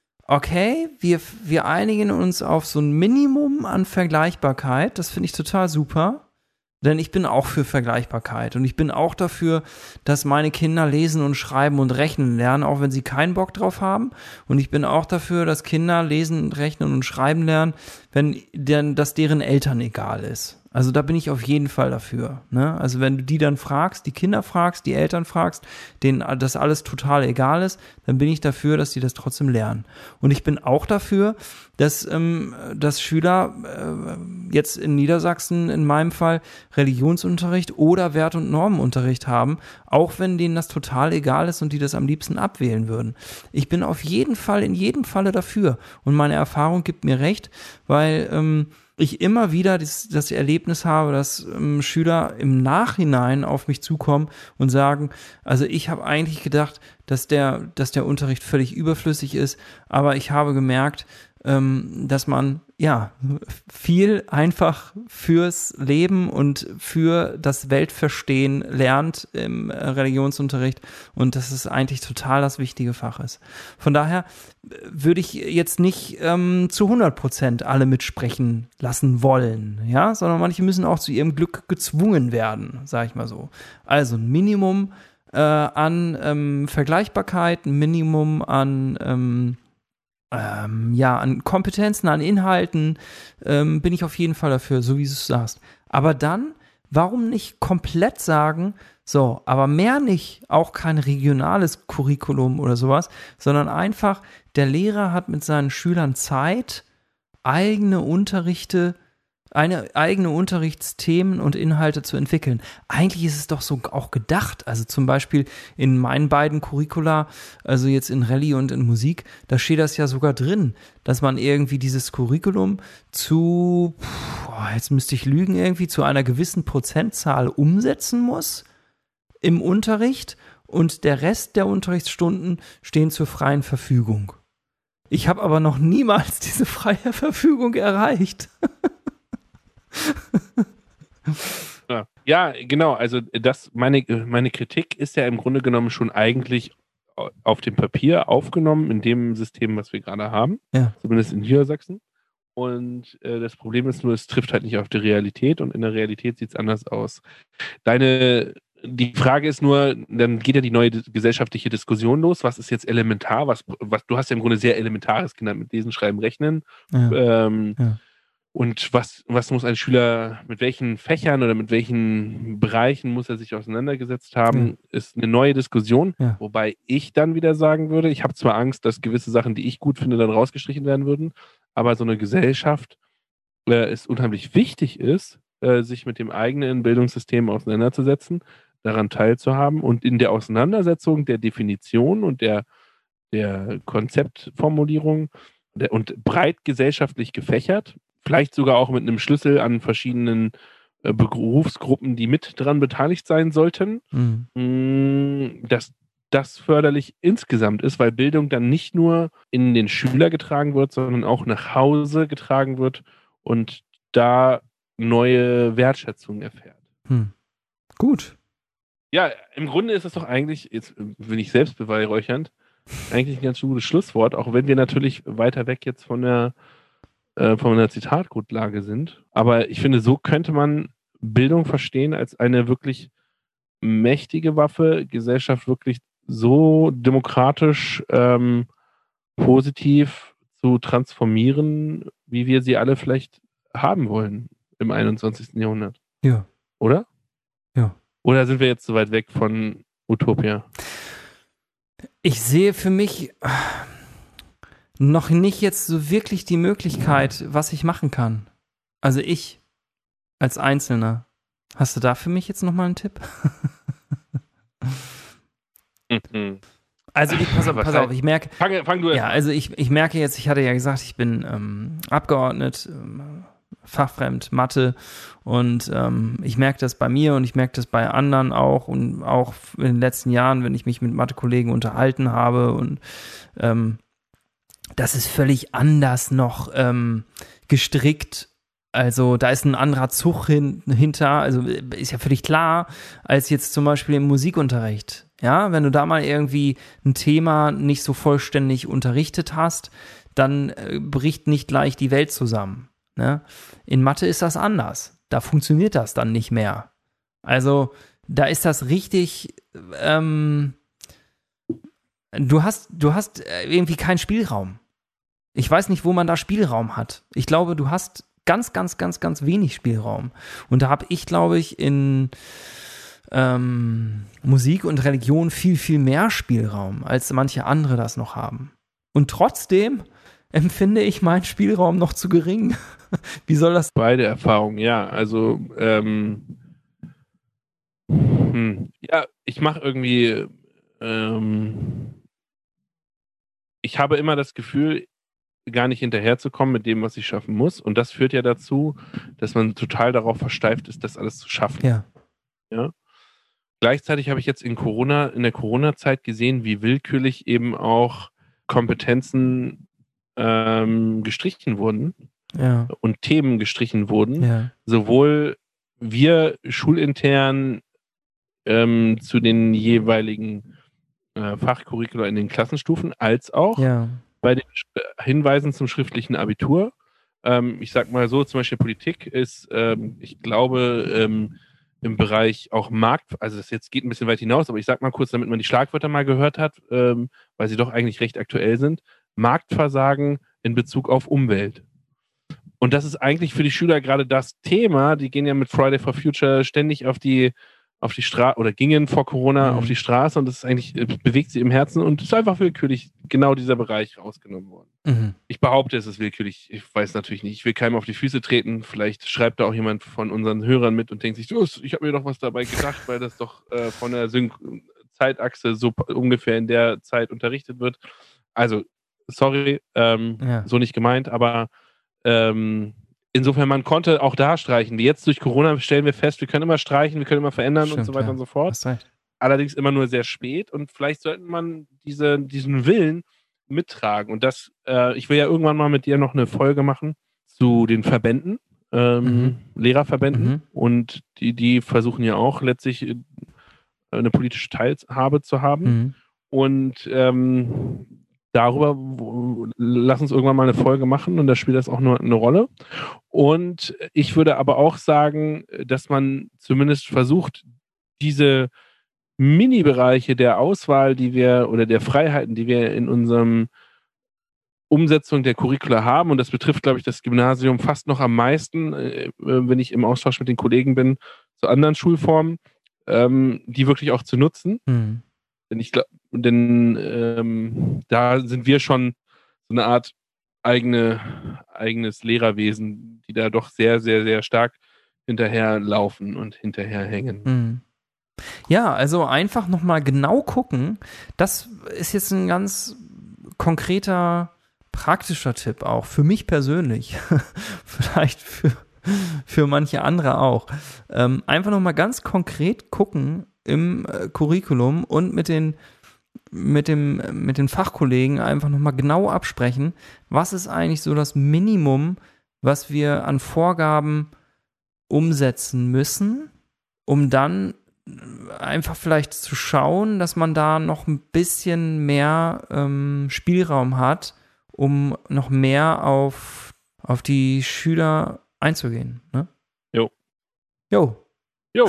okay, wir, wir einigen uns auf so ein Minimum an Vergleichbarkeit, das finde ich total super, denn ich bin auch für Vergleichbarkeit und ich bin auch dafür, dass meine Kinder lesen und schreiben und rechnen lernen, auch wenn sie keinen Bock drauf haben, und ich bin auch dafür, dass Kinder lesen, rechnen und schreiben lernen, wenn denn das deren Eltern egal ist. Also da bin ich auf jeden Fall dafür. Ne? Also wenn du die dann fragst, die Kinder fragst, die Eltern fragst, denen das alles total egal ist, dann bin ich dafür, dass die das trotzdem lernen. Und ich bin auch dafür, dass, ähm, dass Schüler äh, jetzt in Niedersachsen in meinem Fall Religionsunterricht oder Wert- und Normenunterricht haben, auch wenn denen das total egal ist und die das am liebsten abwählen würden. Ich bin auf jeden Fall, in jedem Falle dafür. Und meine Erfahrung gibt mir recht, weil ähm, ich immer wieder das, das Erlebnis habe, dass ähm, Schüler im Nachhinein auf mich zukommen und sagen, also ich habe eigentlich gedacht, dass der, dass der Unterricht völlig überflüssig ist, aber ich habe gemerkt, ähm, dass man ja viel einfach fürs Leben und für das Weltverstehen lernt im Religionsunterricht und dass es eigentlich total das wichtige Fach ist. Von daher würde ich jetzt nicht ähm, zu hundert Prozent alle mitsprechen lassen wollen, ja, sondern manche müssen auch zu ihrem Glück gezwungen werden, sage ich mal so. Also ein Minimum äh, an ähm, Vergleichbarkeit, ein Minimum an ähm, ähm, ja, an Kompetenzen, an Inhalten ähm, bin ich auf jeden Fall dafür, so wie du es sagst. Aber dann, warum nicht komplett sagen, so, aber mehr nicht, auch kein regionales Curriculum oder sowas, sondern einfach, der Lehrer hat mit seinen Schülern Zeit, eigene Unterrichte, eine eigene Unterrichtsthemen und Inhalte zu entwickeln. Eigentlich ist es doch so auch gedacht. Also zum Beispiel in meinen beiden Curricula, also jetzt in Rallye und in Musik, da steht das ja sogar drin, dass man irgendwie dieses Curriculum zu, boah, jetzt müsste ich lügen, irgendwie zu einer gewissen Prozentzahl umsetzen muss im Unterricht und der Rest der Unterrichtsstunden stehen zur freien Verfügung. Ich habe aber noch niemals diese freie Verfügung erreicht. Ja. ja, genau. Also das, meine, meine Kritik ist ja im Grunde genommen schon eigentlich auf dem Papier aufgenommen in dem System, was wir gerade haben. Ja. Zumindest in Niedersachsen. Und äh, das Problem ist nur, es trifft halt nicht auf die Realität und in der Realität sieht es anders aus. Deine, die Frage ist nur, dann geht ja die neue gesellschaftliche Diskussion los. Was ist jetzt elementar? Was, was, du hast ja im Grunde sehr Elementares genannt mit Lesen, Schreiben, Rechnen. Ja. Ähm, ja. Und was, was muss ein Schüler, mit welchen Fächern oder mit welchen Bereichen muss er sich auseinandergesetzt haben, ja. ist eine neue Diskussion. Ja. Wobei ich dann wieder sagen würde, ich habe zwar Angst, dass gewisse Sachen, die ich gut finde, dann rausgestrichen werden würden, aber so eine Gesellschaft äh, es unheimlich wichtig ist, äh, sich mit dem eigenen Bildungssystem auseinanderzusetzen, daran teilzuhaben und in der Auseinandersetzung der Definition und der, der Konzeptformulierung der, und breit gesellschaftlich gefächert, vielleicht sogar auch mit einem Schlüssel an verschiedenen äh, Berufsgruppen, die mit dran beteiligt sein sollten, mhm. dass das förderlich insgesamt ist, weil Bildung dann nicht nur in den Schüler getragen wird, sondern auch nach Hause getragen wird und da neue Wertschätzung erfährt. Hm. Gut. Ja, im Grunde ist es doch eigentlich, jetzt bin ich selbst beweihräuchernd, eigentlich ein ganz gutes Schlusswort, auch wenn wir natürlich weiter weg jetzt von der, äh, von der Zitatgrundlage sind. Aber ich finde, so könnte man Bildung verstehen als eine wirklich mächtige Waffe, Gesellschaft wirklich so demokratisch ähm, positiv zu transformieren, wie wir sie alle vielleicht haben wollen im einundzwanzigsten Jahrhundert. Ja. Oder? Ja. Oder sind wir jetzt so weit weg von Utopia? Ich sehe für mich noch nicht jetzt so wirklich die Möglichkeit, was ich machen kann. Also ich als Einzelner. Hast du da für mich jetzt nochmal einen Tipp? Mhm. Also ich, pass auf, pass auf, ich merke, fang, fang du ja, also ich, ich merke jetzt, ich hatte ja gesagt, ich bin ähm, Abgeordnet, ähm, fachfremd, Mathe und ähm, ich merke das bei mir und ich merke das bei anderen auch und auch in den letzten Jahren, wenn ich mich mit Mathe-Kollegen unterhalten habe und ähm, das ist völlig anders noch ähm, gestrickt. Also da ist ein anderer Zug hin, hinter, also ist ja völlig klar, als jetzt zum Beispiel im Musikunterricht. Ja, wenn du da mal irgendwie ein Thema nicht so vollständig unterrichtet hast, dann äh, bricht nicht gleich die Welt zusammen. Ne? In Mathe ist das anders. Da funktioniert das dann nicht mehr. Also da ist das richtig, ähm, du hast, du hast irgendwie keinen Spielraum. Ich weiß nicht, wo man da Spielraum hat. Ich glaube, du hast ganz, ganz, ganz, ganz wenig Spielraum. Und da habe ich, glaube ich, in ähm, Musik und Religion viel, viel mehr Spielraum, als manche andere das noch haben. Und trotzdem empfinde ich meinen Spielraum noch zu gering. Wie soll das? Beide Erfahrungen, ja. Also, ähm, hm, ja, ich mache irgendwie, ähm, ich habe immer das Gefühl, gar nicht hinterherzukommen mit dem, was ich schaffen muss. Und das führt ja dazu, dass man total darauf versteift ist, das alles zu schaffen. Ja. Ja. Gleichzeitig habe ich jetzt in Corona, in der Corona-Zeit gesehen, wie willkürlich eben auch Kompetenzen ähm, gestrichen wurden. Ja. Und Themen gestrichen wurden, Ja. sowohl wir schulintern ähm, zu den jeweiligen äh, Fachcurricula in den Klassenstufen, als auch Ja. bei den Hinweisen zum schriftlichen Abitur. Ähm, ich sag mal so, zum Beispiel Politik ist, ähm, ich glaube, ähm, im Bereich auch Markt, also das jetzt geht ein bisschen weit hinaus, aber ich sag mal kurz, damit man die Schlagwörter mal gehört hat, ähm, weil sie doch eigentlich recht aktuell sind, Marktversagen in Bezug auf Umwelt. Und das ist eigentlich für die Schüler gerade das Thema. Die gehen ja mit Friday for Future ständig auf die, auf die Straße oder gingen vor Corona Mhm. auf die Straße und das ist eigentlich, bewegt sie im Herzen und es ist einfach willkürlich genau dieser Bereich rausgenommen worden. Mhm. Ich behaupte, es ist willkürlich. Ich weiß natürlich nicht. Ich will keinem auf die Füße treten. Vielleicht schreibt da auch jemand von unseren Hörern mit und denkt sich, oh, ich habe mir doch was dabei gedacht, weil das doch äh, von der Syn- Zeitachse so ungefähr in der Zeit unterrichtet wird. Also, sorry, ähm, Ja. so nicht gemeint, aber Ähm, insofern, man konnte auch da streichen. Wie jetzt durch Corona stellen wir fest, wir können immer streichen, wir können immer verändern Stimmt, und so weiter ja. und so fort. Hast recht. Allerdings immer nur sehr spät und vielleicht sollte man diese, diesen Willen mittragen. Und das, äh, ich will ja irgendwann mal mit dir noch eine Folge machen zu den Verbänden, ähm, Mhm. Lehrerverbänden Mhm. und die, die versuchen ja auch letztlich äh, eine politische Teilhabe zu haben. Mhm. Und ähm, darüber, wo, lass uns irgendwann mal eine Folge machen und da spielt das auch nur eine Rolle. Und ich würde aber auch sagen, dass man zumindest versucht, diese Mini-Bereiche der Auswahl, die wir oder der Freiheiten, die wir in unserem Umsetzung der Curricula haben, und das betrifft, glaube ich, das Gymnasium fast noch am meisten, äh, wenn ich im Austausch mit den Kollegen bin, zu anderen Schulformen, ähm, die wirklich auch zu nutzen. Mhm. Denn ich glaube, denn ähm, da sind wir schon so eine Art eigene, eigenes Lehrerwesen, die da doch sehr, sehr, sehr stark hinterherlaufen und hinterherhängen. Mhm. Ja, also einfach nochmal genau gucken. Das ist jetzt ein ganz konkreter, praktischer Tipp auch. Für mich persönlich. Vielleicht für, für manche andere auch. Ähm, einfach nochmal ganz konkret gucken im äh, Curriculum und mit den mit dem, mit den Fachkollegen einfach nochmal genau absprechen, was ist eigentlich so das Minimum, was wir an Vorgaben umsetzen müssen, um dann einfach vielleicht zu schauen, dass man da noch ein bisschen mehr ähm, Spielraum hat, um noch mehr auf, auf die Schüler einzugehen. Ne? Jo. Jo. Jo.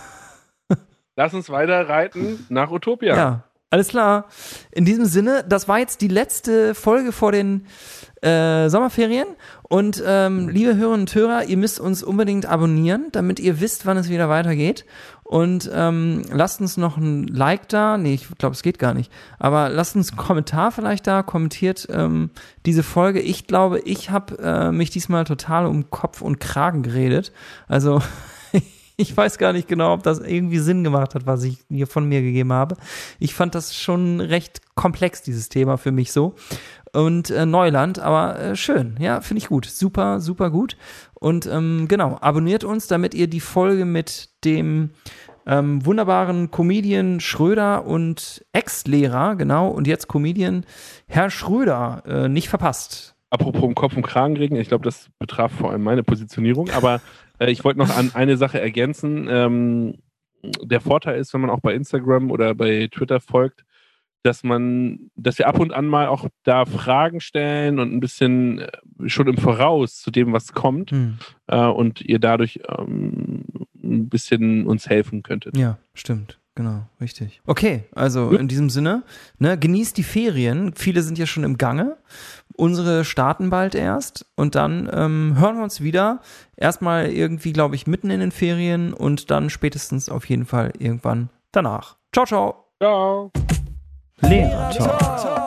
Lass uns weiter reiten nach Utopia. Ja, alles klar. In diesem Sinne, das war jetzt die letzte Folge vor den äh, Sommerferien. Und ähm, liebe Hörerinnen und Hörer, ihr müsst uns unbedingt abonnieren, damit ihr wisst, wann es wieder weitergeht. Und ähm, lasst uns noch ein Like da. Nee, ich glaube, es geht gar nicht. Aber lasst uns einen Kommentar vielleicht da. Kommentiert ähm, diese Folge. Ich glaube, ich habe äh, mich diesmal total um Kopf und Kragen geredet. Also ich weiß gar nicht genau, ob das irgendwie Sinn gemacht hat, was ich hier von mir gegeben habe. Ich fand das schon recht komplex, dieses Thema für mich so. Und äh, Neuland, aber äh, schön. Ja, finde ich gut. Super, super gut. Und ähm, genau, abonniert uns, damit ihr die Folge mit dem ähm, wunderbaren Comedian Schröder und Ex-Lehrer, genau, und jetzt Comedian Herr Schröder äh, nicht verpasst. Apropos um Kopf und Kragen reden, ich glaube, das betraf vor allem meine Positionierung, aber äh, ich wollte noch an eine Sache ergänzen. Ähm, der Vorteil ist, wenn man auch bei Instagram oder bei Twitter folgt, dass man, dass wir ab und an mal auch da Fragen stellen und ein bisschen äh, schon im Voraus zu dem, was kommt, hm. äh, und ihr dadurch ähm, ein bisschen uns helfen könntet. Ja, stimmt. Genau, richtig. Okay, also in diesem Sinne, ne, genießt die Ferien. Viele sind ja schon im Gange. Unsere starten bald erst und dann ähm, hören wir uns wieder. Erstmal irgendwie, glaube ich, mitten in den Ferien und dann spätestens auf jeden Fall irgendwann danach. Ciao, ciao. Ciao. Lehrer Talk.